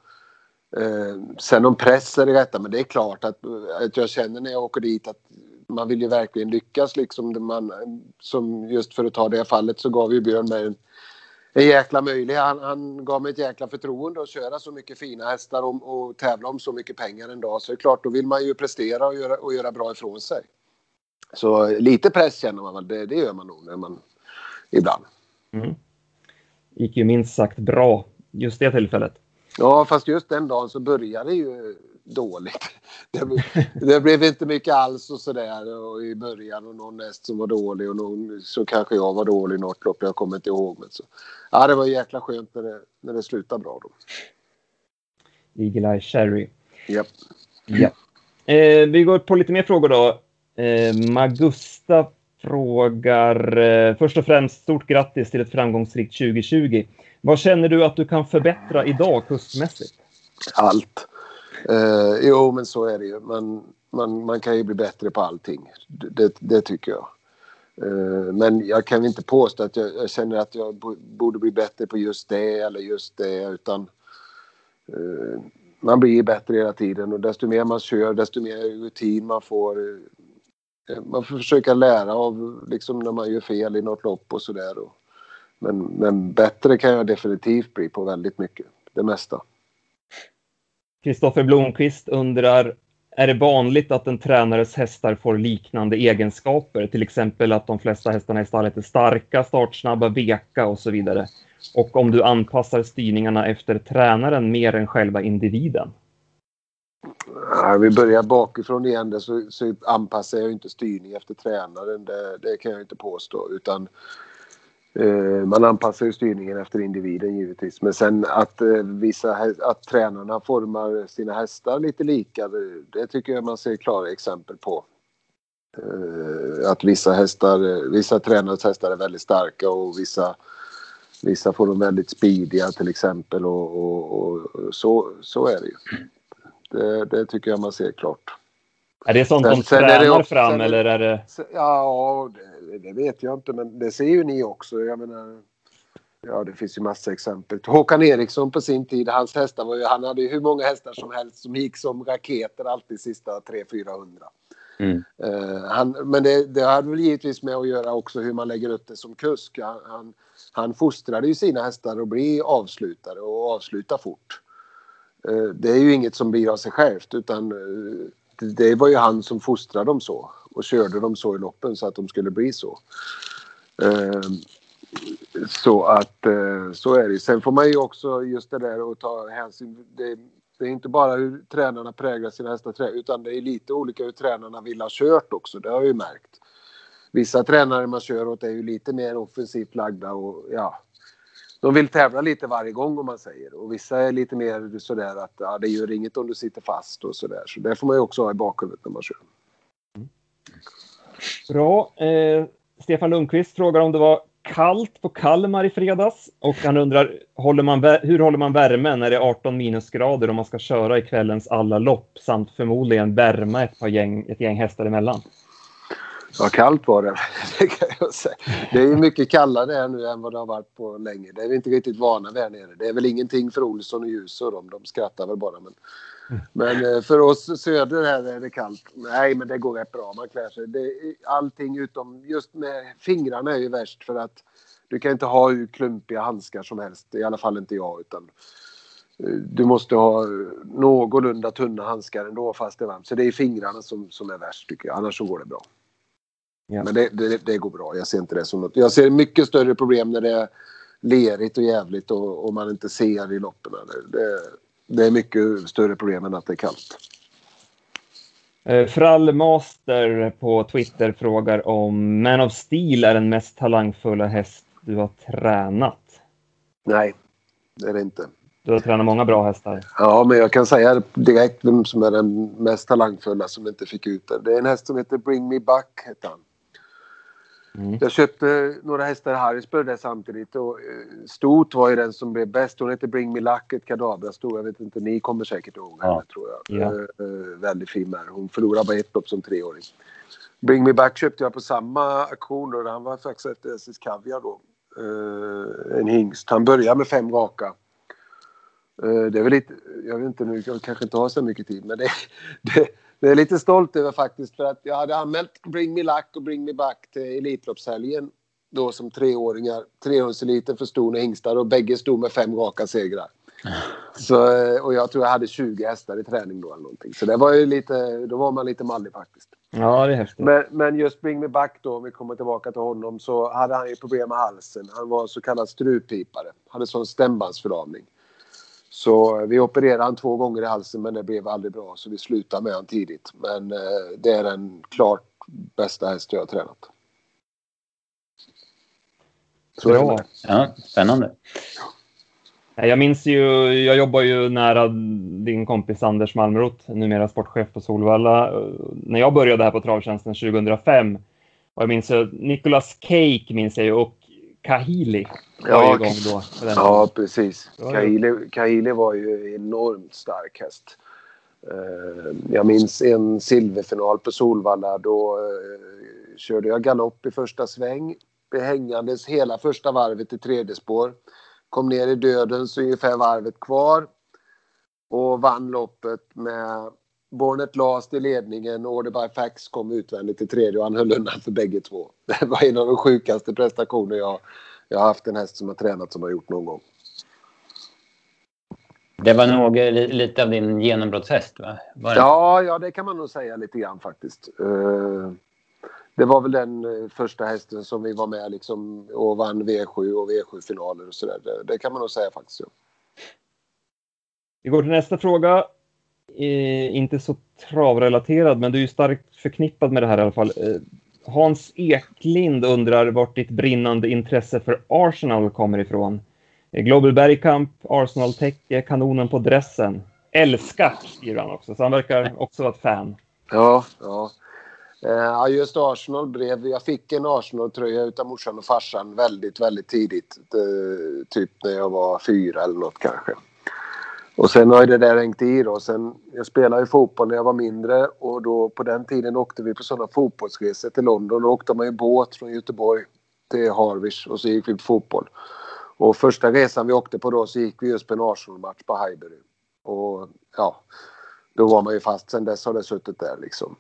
Sen om press är det rätta, men det är klart att jag känner när jag åker dit att man vill ju verkligen lyckas liksom. Som just för att ta det fallet så gav ju Björn mig en jäkla möjlighet. Han gav mig ett jäkla förtroende att köra så mycket fina hästar och tävla om så mycket pengar en dag. Så det är klart, då vill man ju prestera och göra bra ifrån sig. Så lite press känner man väl, det gör man nog när man ibland. Gick ju minst sagt bra just det tillfället. Ja, fast just den dagen så började det ju dåligt. Det blev inte mycket alls och sådär och i början och någon häst som var dålig och någon så kanske jag var dålig i något lopp, jag kommer inte ihåg. Men så. Ja, det var jäkla skönt när det slutade bra då. Eagle Eye Cherry. Japp. Ja. Vi går på lite mer frågor då. Magusta frågar först och främst stort grattis till ett framgångsrikt 2020. Vad känner du att du kan förbättra idag kustmässigt? Allt. Jo, men så är det ju. Man kan ju bli bättre på allting. Det tycker jag. Men jag kan inte påstå att jag känner att jag borde bli bättre på just det eller just det. Utan man blir bättre hela tiden. Och desto mer man kör, desto mer rutin man får. Man får försöka lära av liksom när man gör fel i något lopp och sådär. Men bättre kan jag definitivt bli på väldigt mycket. Det mesta. Kristoffer Blomqvist undrar, är det vanligt att en tränares hästar får liknande egenskaper? Till exempel att de flesta hästarna i stallet är starka, startsnabba, veka och så vidare. Och om du anpassar styrningarna efter tränaren mer än själva individen? Ja, vi börjar bakifrån igen så anpassar jag inte styrning efter tränaren. Det kan jag inte påstå. Utan Man anpassar ju styrningen efter individen givetvis. Men sen att att tränarna formar sina hästar lite lika, det tycker jag man ser klara exempel på. Att vissa tränares hästar är väldigt starka och vissa får de väldigt speediga till exempel och så är det ju. Det tycker jag man ser klart. Är det sånt som tränar fram eller är det? Ja, det vet jag inte, men det ser ju ni också. Jag menar, ja, det finns ju massa exempel. Håkan Eriksson på sin tid, hans hästar han hade ju hur många hästar som helst som gick som raketer alltid sista 300-400. Men det hade väl givetvis med att göra också hur man lägger upp det som kusk. Han fostrade ju sina hästar att bli avslutare och avsluta fort. Det är ju inget som blir av sig självt, utan det var ju han som fostrade dem så och körde dem så i loppen så att de skulle bli så. Så är det. Sen får man ju också just det där att ta hänsyn. Det är inte bara hur tränarna präglar sina hästar, utan det är lite olika hur tränarna vill ha kört också. Det har jag ju märkt. Vissa tränare man kör åt är ju lite mer offensivt lagda och ja, de vill tävla lite varje gång om man säger. Och vissa är lite mer sådär att det gör inget om du sitter fast och sådär. Så det får man ju också ha i bakhuvudet när man kör. Bra. Stefan Lundqvist frågar om det var kallt på Kalmar i fredags. Och han undrar, hur håller man värmen när det är 18 minusgrader om man ska köra i kvällens alla lopp samt förmodligen värma ett gäng hästar emellan? Ja, kallt var det kan jag säga. Det är ju mycket kallare här nu än vad det har varit på länge. Det är vi inte riktigt vana vid här nere. Det är väl ingenting för Olsson och Ljus och de skrattar väl bara. Men för oss söder här är det kallt. Nej, men det går rätt bra. Man klär sig. Allting utom just med fingrarna är ju värst för att du kan inte ha hur klumpiga handskar som helst. I alla fall inte jag, utan du måste ha någorlunda tunna handskar ändå fast det är varmt. Så det är fingrarna som är värst tycker jag. Annars så går det bra. Ja. Men det går bra. Jag ser inte det som något. Jag ser mycket större problem när det är lerigt och jävligt och man inte ser i loppen. Det är mycket större problem än att det är kallt. Frallmaster på Twitter frågar om Man of Steel är den mest talangfulla häst du har tränat. Nej, det är det inte. Du har tränat många bra hästar. Ja, men jag kan säga direkt vem som är den mest talangfulla som inte fick ut det. Det är en häst som heter Bring Me Back, heter han. Jag köpte några hästar i Harrisburg där samtidigt och Stot var ju den som blev bäst. Hon heter Bring Me Luck, ett kadabra Stot. Jag vet inte, ni kommer säkert ihåg henne tror jag. Ja. Väldigt fin med. Hon förlorade bara ett lopp som 3-åring. Bring Me Back köpte jag på samma auktion och han var faktiskt efter SS Kaviar då. En hingst. Han började med 5 raka. Det är väl lite, jag vet inte nu, jag kanske inte har så mycket tid, men det är lite stolt över faktiskt för att jag hade anmält Bring Me Luck och Bring Me Back till Elitloppshelgen då som 3-åringar, 300-liter för ston och hingstar och bägge stod med 5 raka segrar. Så, och jag tror jag hade 20 hästar i träning då eller någonting. Så det var ju lite, då var man lite mallig faktiskt. Ja, det är häftigt. Men just Bring Me Back då, om vi kommer tillbaka till honom, så hade han ju problem med halsen. Han var så kallad strupipare, hade sån stämbandsförlamning. Så vi opererade han 2 gånger i halsen men det blev aldrig bra så vi slutade med han tidigt. Men det är den klart bästa häst jag har tränat. Bra. Ja, spännande. Jag minns ju, jag jobbar ju nära din kompis Anders Malmroth, numera sportchef på Solvalla. När jag började här på Travtjänsten 2005. Och jag minns ju Nicolas Cake minns jag ju och Kahili var ju igång då. Ja, precis. Kahili var ju enormt stark häst. Jag minns en silverfinal på Solvalla. Då körde jag galopp i första sväng. Behängandes hela första varvet i 3:e spår. Kom ner i döden så ungefär varvet kvar. Och vann loppet med Bornet Last i ledningen. Order by Fax kom utvändigt i 3:e och han höll undan för bägge två. Det var en av de sjukaste prestationer jag har haft en häst som har tränat som har gjort någon gång. Det var nog lite av din genombrottshäst, va? Ja, det kan man nog säga lite grann faktiskt. Det var väl den första hästen som vi var med liksom, och vann V7 och V7-finaler och sådär. Det kan man nog säga faktiskt. Ja. Vi går till nästa fråga. Inte så travrelaterad, men du är ju starkt förknippad med det här i alla fall. Hans Eklind undrar vart ditt brinnande intresse för Arsenal kommer ifrån. Global Bergkamp, Arsenal täcke, kanonen på dressen. Älskar, skriver han också. Så han verkar också vara ett fan. Ja. Just Arsenal jag fick en Arsenal-tröja utav morsan och farsan väldigt, väldigt tidigt. Typ när jag var 4 eller något kanske. Och sen har det där hängt i då. Jag spelade ju fotboll när jag var mindre. Och då på den tiden åkte vi på sådana fotbollsresor till London. Då åkte man i båt från Göteborg till Harwich. Och så gick vi på fotboll. Och första resan vi åkte på då så gick vi just på en Arsenal-match på Highbury. Och ja, då var man ju fast. Sen dess har det suttit där liksom.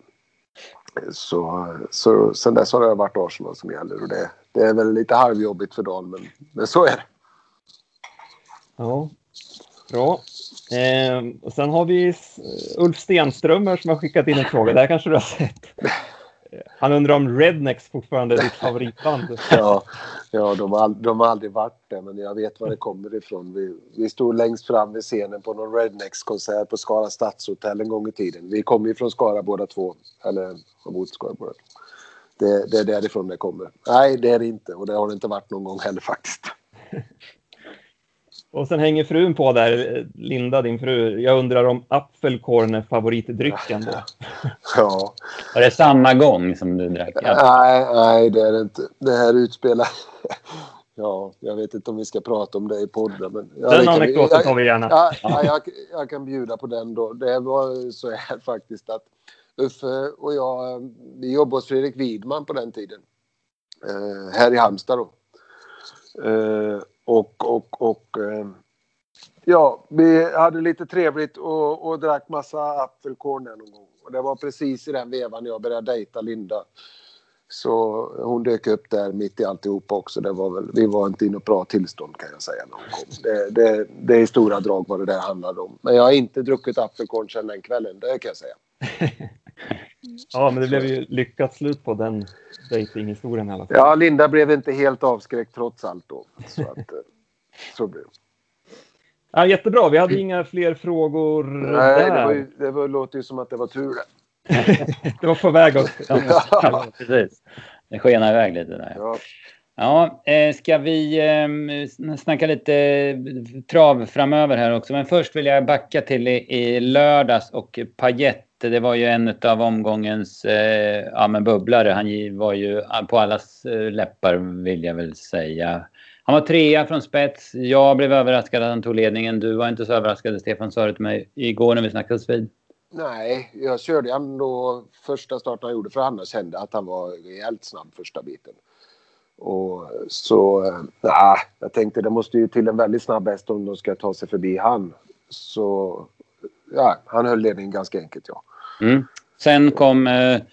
Så sen dess har det varit Arsenal som gäller. Och det är väl lite halvjobbigt för dagen. Men så är det. Ja, bra. Och sen har vi Ulf Stenströmer som har skickat in en fråga. Där kanske du har sett. Han undrar om Rednecks fortfarande är ditt favoritband. Ja, de har aldrig varit det, men jag vet var det kommer ifrån. Vi stod längst fram vid scenen på någon Rednecks-konsert på Skara Stadshotell en gång i tiden. Vi kommer ju från Skara båda två, eller har bott i Skara båda. Det är därifrån det kommer. Nej, det är det inte, och det har det inte varit någon gång heller faktiskt. Och sen hänger frun på där, Linda, din fru. Jag undrar om apfelkorn är favoritdrycken då? Ja. Var det samma gång som du drack? Nej, det är det inte. Det här utspelar... Ja, jag vet inte om vi ska prata om det i podden. Men den anekdoten tar vi gärna. Jag kan bjuda på den då. Det var så här faktiskt att Uffe och jag, vi jobbade hos Fredrik Widman på den tiden. Här i Halmstad då. Ja, vi hade lite trevligt och drack massa apfelkorn någon gång. Och det var precis i den vevan jag började dejta Linda. Så hon dök upp där mitt i alltihop också. Vi var inte i något bra tillstånd kan jag säga när hon kom. Det är i stora drag vad det där handlade om. Men jag har inte druckit apfelkorn sedan den kvällen, det kan jag säga. Ja, men det blev ju lyckat slut på den datinghistorien i alla fall. Ja, Linda blev inte helt avskräckt trots allt då. Så så blev det. Ja, jättebra, vi hade inga fler frågor. Nej, det låter ju som att det var tur det. Det var på väg upp. Ja, precis. Det skenar iväg lite där. Ja, ska vi snacka lite trav framöver här också. Men först vill jag backa till i lördags och Payet. Det var ju en av omgångens bubblare. Han var ju på allas läppar vill jag väl säga. Han var 3 från spets. Jag blev överraskad att han tog ledningen. Du var inte så överraskad, Stefan, sa det till mig igår när vi snackades vid. Nej, jag körde han då första starten han gjorde för han kände att han var rejält snabb första biten. Och så, jag tänkte det måste ju till en väldigt snabb häst om de ska ta sig förbi han. Så, ja, han höll ledningen ganska enkelt, ja. Mm. Sen kom,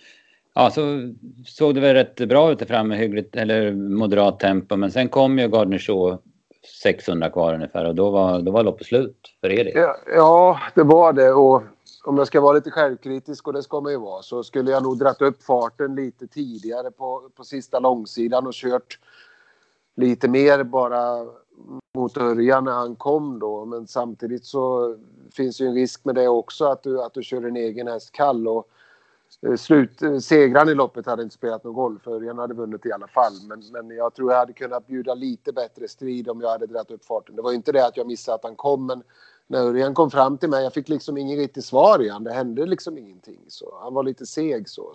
så såg det väl rätt bra ut fram med hyggligt, eller moderat tempo. Men sen kom ju Gardner Shaw 600 kvar ungefär och då var loppet slut för er. Ja, det var det. Och om jag ska vara lite självkritisk, och det ska man ju vara, så skulle jag nog dratt upp farten lite tidigare på sista långsidan och kört lite mer bara mot Örjan när han kom då. Men samtidigt så finns ju en risk med det också att du kör en egen häst kall. Och segran i loppet hade inte spelat någon roll, för Örjan hade vunnit i alla fall. Men jag tror jag hade kunnat bjuda lite bättre strid om jag hade dratt upp farten. Det var ju inte det att jag missade att han kom, men när Örjan kom fram till mig, jag fick liksom ingen riktigt svar i han. Det hände liksom ingenting. Så han var lite seg så.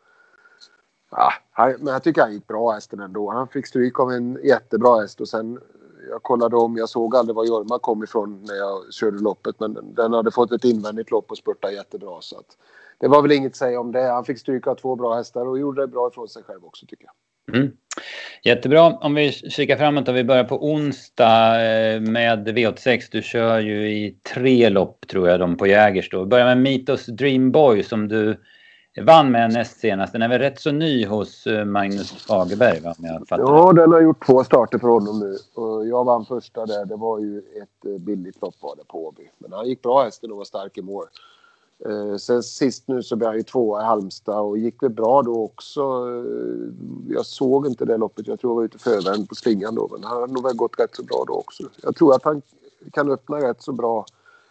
Ja, men jag tycker han gick bra hästen ändå. Han fick stryk av en jättebra häst. Och sen, jag kollade om, jag såg aldrig var Jorma kom ifrån när jag körde loppet. Men den hade fått ett invändigt lopp och spurtade jättebra. Så att, det var väl inget att säga om det. Han fick stryk av 2 bra hästar och gjorde det bra ifrån sig själv också, tycker jag. Mm. Jättebra. Om vi kikar framåt och vi börjar på onsdag med V86. Du kör ju i 3 lopp tror jag, de på Jägers då. Vi börjar med Mitos Dream Boy som du vann med näst senast. Den är väl rätt så ny hos Magnus Fagerberg, va? Om jag fattar. Ja, den har gjort 2 starter för honom nu. Och jag vann första där. Det var ju ett billigt lopp var det på Åby. Men han gick bra hästen och var stark i mål. Sen sist nu så blev jag ju 2 i Halmstad och gick det bra då också. Jag såg inte det loppet, jag tror jag var ute förvänd på slingan då, men han har nog väl gått rätt så bra då också. Jag tror att han kan öppna rätt så bra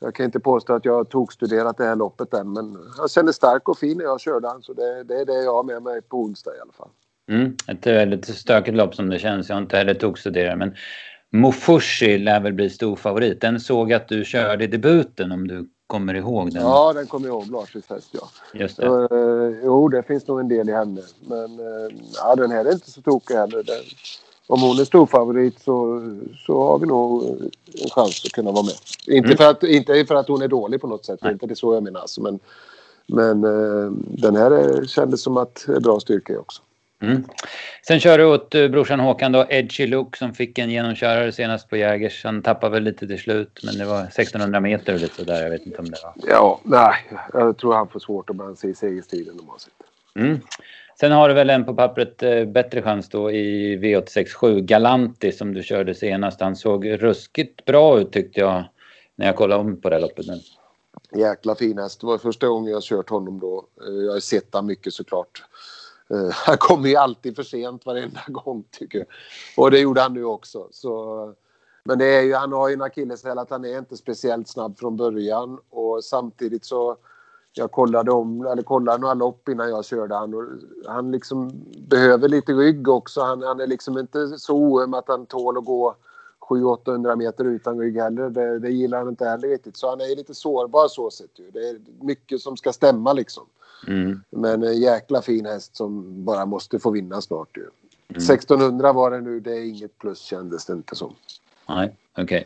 Jag kan inte påstå att jag har tokstuderat det här loppet än, men jag känner stark och fin när jag körde han, så det är det jag har med mig på onsdag i alla fall. Ett väldigt stökigt lopp som det känns. Jag har inte heller tokstuderat, men Mofushi lär väl bli stor favorit. Den såg att du körde i debuten, om du kommer ihåg den. Ja, den kommer jag ihåg, Lars fest, ja. Just det. Jo, det finns nog en del i henne. Men ja, den här är inte så tokig heller. Om hon är stor favorit så har vi nog en chans att kunna vara med. Inte för att hon är dålig på något sätt. Nej. Inte det så jag menar. Alltså, men den här kändes som att det är bra styrka också. Sen kör du åt brorsan Håkan då, Edgy Look, som fick en genomkörare senast på Jägers. Han tappade väl lite till slut, men det var 1600 meter och lite sådär. Jag vet inte om det var. Ja, nej. Jag tror han får svårt att börja se i segerstiden om man sitter. Sen har du väl en på pappret bättre chans då i V86.7, Galanti, som du körde senast. Han såg ruskigt bra ut tyckte jag när jag kollade om på det loppet nu. Jäkla finast. Det var första gången jag kört honom då. Jag har sett han mycket såklart. Han kommer ju alltid för sent varenda gång tycker jag. Och det gjorde han nu också. Så, men det är ju, han har ju en akilleshäl att han är inte speciellt snabb från början. Och samtidigt så jag kollade några lopp innan jag körde han. Och han liksom behöver lite rygg också. Han är liksom inte så oöm att han tål att gå 700-800 meter utan rygg heller. Det gillar han inte heller riktigt. Så han är lite sårbar så sett ju. Det är mycket som ska stämma liksom. Men en jäkla fin häst som bara måste få vinna snart ju. 1600 var det nu, det är inget plus kändes det inte som. Nej, okej.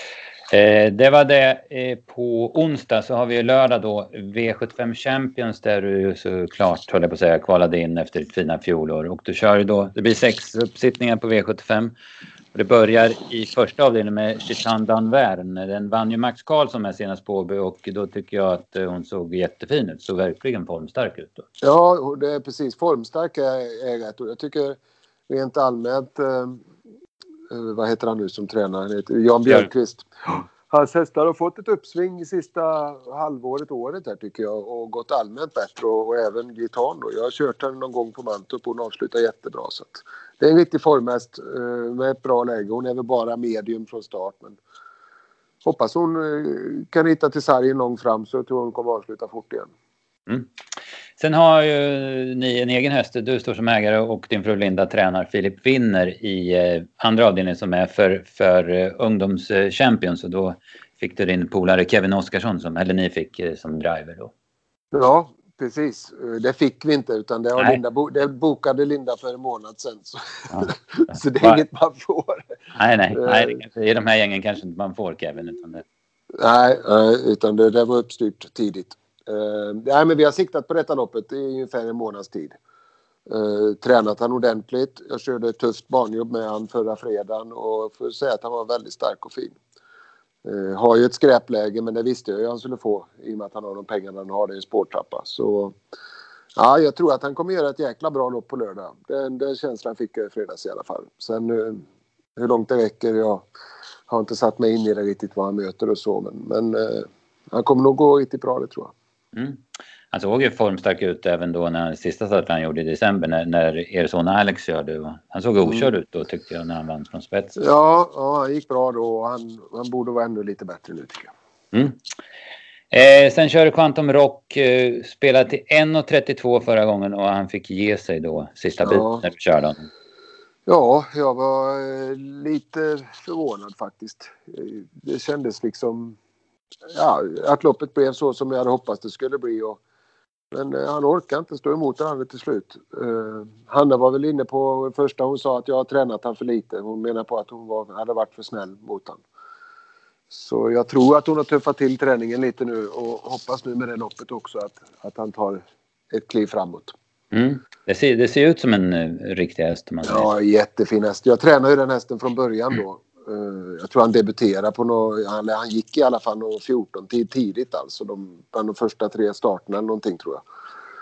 Det var det. På onsdag så har vi lördag då V75 Champions, där du såklart, höll jag på att säga, kvalade in efter ett fina fjolår. Och du kör ju då, det blir 6 uppsittningar på V75. Och det börjar i första avdelningen med Chitan Danvern. Den vann ju Max Karlsson med senast på Åby, och då tycker jag att hon såg jättefin ut. Så verkligen formstark ut då. Ja, det är precis. Formstark är rätt. Jag tycker rent allmänt, vad heter han nu som tränar? Han heter Jan Björkqvist. Hans hästar har fått ett uppsving i sista året här tycker jag, och gått allmänt bättre, och även Gitan då. Jag har kört henne någon gång på Mantorp och hon avslutar jättebra, så att det är en riktig formhäst med ett bra läge. Hon är väl bara medium från start, men hoppas hon kan hitta till sargen långt fram, så jag tror hon kommer avsluta fort igen. Sen har ju ni en egen häst, du står som ägare och din fru Linda tränar Filip Winner i andra avdelningen som är för ungdomschampions, och då fick du din polare Kevin Oskarsson eller ni fick som driver då. Ja, precis. Det fick vi inte, utan det har det bokade Linda för en månad sedan. Så, så det är inget man får. Nej, i de här gängen kanske inte man får Kevin. Utan det... Nej, utan det var uppstyrt tidigt. Nej, men vi har siktat på detta loppet i ungefär en månads tid. Tränat han ordentligt. Jag körde ett tufft barnjobb med han förra fredagen, och får säga att han var väldigt stark och fin. Har ju ett skräpläge, men det visste jag han skulle få i och med att han har de pengarna han har, det i spårtrappa. Så ja, jag tror att han kommer göra ett jäkla bra lopp på lördag. Den känslan fick jag i fredags i alla fall. Sen hur långt det räcker, jag har inte satt mig in i det riktigt vad han möter och så, men han kommer nog gå riktigt bra, det tror jag. Han såg ju formstark ut även då när sista starten han gjorde i december när er son Alex körde. Han såg okörd ut då tyckte jag när han vann från spets. Ja, han gick bra då, och han borde vara ännu lite bättre nu tycker jag. Sen körde Quantum Rock, spelade till 1.32 förra gången, och han fick ge sig då sista biten när vi körde honom. Ja, jag var lite förvånad faktiskt. Det kändes liksom att loppet blev så som jag hade hoppats det skulle bli. Men han orkar inte stå emot varandra till slut. Hanna var väl inne på första, hon sa att jag har tränat han för lite. Hon menar på att hon hade varit för snäll mot han. Så jag tror att hon har tuffat till träningen lite nu, och hoppas nu med det loppet också att han tar ett kliv framåt. Det ser ut som en riktig häst. Ja, jättefin häst. Jag tränade ju den hästen från början då. Jag tror han debuterade på han gick i alla fall 14 tidigt, alltså bland de första 3 starterna eller någonting tror jag.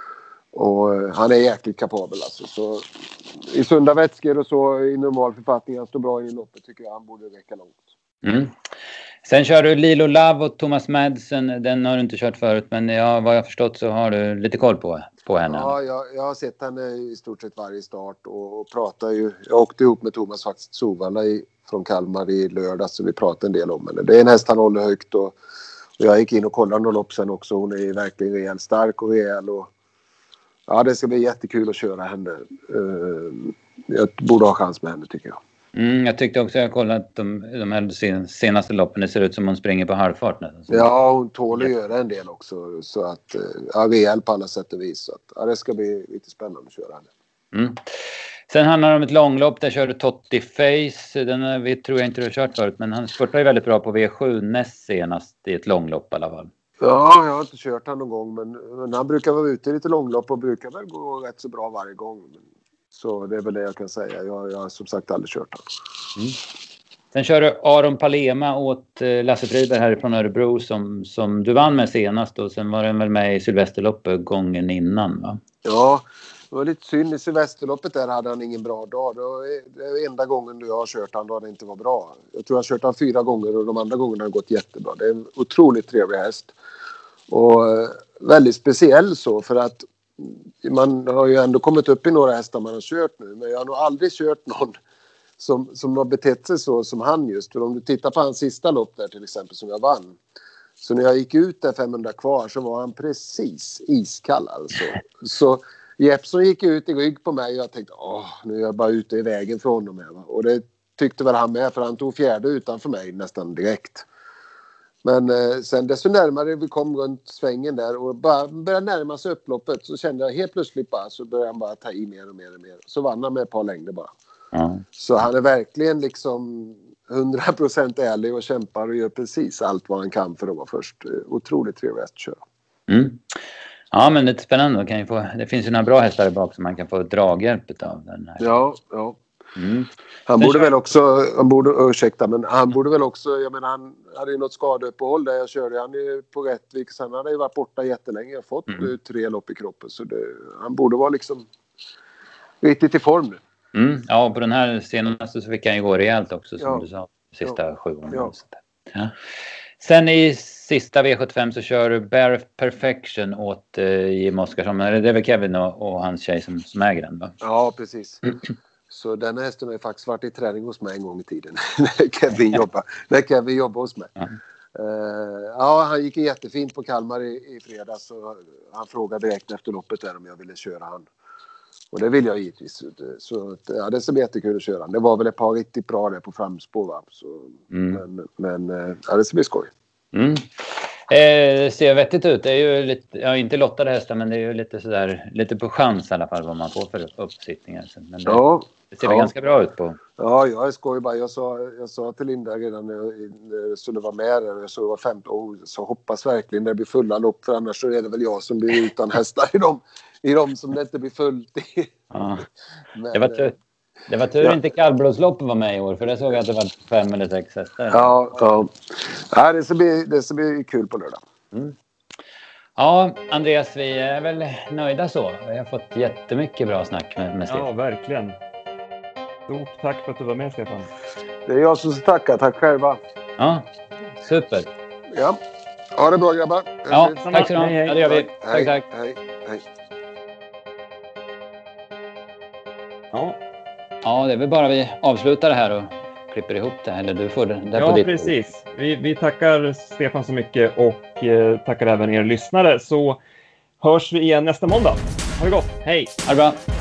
Och han är jäkligt kapabel alltså. Så i sunda vätskor och så i normal författning, han står bra i loppet, tycker jag han borde räcka långt. Sen kör du Lilo Love och Thomas Madsen. Den har du inte kört förut, men vad jag förstått så har du lite koll på henne. Ja, jag har sett henne i stort sett varje start och pratar ju. Jag åkte ihop med Thomas faktiskt Sovalla från Kalmar i lördag, så vi pratade en del om henne. Det är en häst han håller högt, och Jag gick in och kollade någon lopp sen också. Hon är verkligen rejält stark och rejäl. Och, ja, det ska bli jättekul att köra henne. Jag borde ha chans med henne tycker jag. Jag tyckte också jag kollat de här senaste loppen. Det ser ut som hon springer på halvfart nu. Ja, hon tål att göra en del också. Så att, rejäl på alla sätt och vis. Så att, det ska bli lite spännande att köra henne. Sen handlar det om ett långlopp. Där körde Totti Face. Den tror jag inte du har kört förut. Men han spurtar ju väldigt bra på V7 näst senast i ett långlopp i alla fall. Ja, jag har inte kört han någon gång. Men han brukar vara ute i lite långlopp och brukar väl gå rätt så bra varje gång. Så det är väl det jag kan säga. Jag har som sagt aldrig kört han. Sen kör du Aron Palema åt Lasse Friberg härifrån Örebro som du vann med senast. Och sen var den väl med i Sylvesterloppet gången innan, va? Ja, det var lite synd. I Sylvesterloppet där hade han ingen bra dag. Det var enda gången jag har kört han då det inte var bra. Jag tror jag har kört han 4 gånger och de andra gångerna har gått jättebra. Det är en otroligt trevlig häst. Och väldigt speciell så för att man har ju ändå kommit upp i några hästar man har kört nu. Men jag har nog aldrig kört någon som har betett sig så som han just. För om du tittar på hans sista lopp där till exempel som jag vann. Så när jag gick ut där 500 kvar så var han precis iskall alltså. Så Jeppson gick ut i rygg på mig och jag tänkte nu är jag bara ute i vägen för honom här, va? Och det tyckte väl han med för han tog fjärde utanför mig nästan direkt. Men sen desto närmare vi kom runt svängen där och bara började närma sig upploppet så kände jag helt plötsligt bara så började han bara ta i mer och mer och mer. Så vann han med ett par längder bara. Så han är verkligen liksom 100% ärlig och kämpar och gör precis allt vad han kan för att vara först. Otroligt trevligt att köra. Ja, men det är spännande. Det finns ju några bra hästar bak som man kan få draghjälp av den här. Ja. Han borde väl också, han borde väl också, jag menar han hade ju något skadeuppehåll där jag körde, han är på Rättvik, sen hade ju varit borta jättelänge, jag har fått 3 lopp i kroppen så han borde vara liksom riktigt i form nu. Ja, på den här senaste så fick han ju gå rejält också som du sa, sista 7 gångerna. Ja. Sen i sista V75 så kör du Bare Perfection åt Jim Oskarsson. Det är väl Kevin och hans tjej som äger den, va? Ja, precis. Så den hästen har ju faktiskt varit i träning hos mig en gång i tiden. när Kevin jobbade hos mig. Ja, han gick jättefint på Kalmar i fredags. Så han frågade direkt efter loppet där om jag ville köra han. Och det vill jag givetvis. Så ja, det ska bli jättekul att köra. Det var väl ett par riktigt bra där på framspår, va? Så, men ja, det ska bli skoj. Det ser vettigt ut. Det är ju lite, inte lottade hästar, men det är ju lite sådär, lite på chans i alla fall vad man får för uppsittningar. Men det ser väl ganska bra ut på. Ja, jag är skoj bara. Jag sa till Linda redan när jag skulle vara med där. Jag såg det var 15 år. Så hoppas verkligen det blir fulla lopp. För annars så är det väl jag som blir utan hästar i dem som det inte blir fullt i. Ja. Men, det var tur inte kallblodsloppet var med i år. För det såg jag att det var 5 eller 6 hästar. Ja, det ska bli kul på lördag. Ja, Andreas, vi är väl nöjda så. Vi har fått jättemycket bra snack med Stefan. Ja, verkligen. Stort tack för att du var med, Stefan. Det är jag som ska tacka. Tack själva. Ja, super. Ja, ha det bra grabbar. Ja, tack så mycket. Ja, det gör vi. Tack. Hej. Ja, det är väl bara vi avslutar det här och klipper ihop det. Eller du får det där på ditt precis. Vi tackar Stefan så mycket och tackar även er lyssnare. Så hörs vi igen nästa måndag. Ha det gott. Hej. Ha det bra.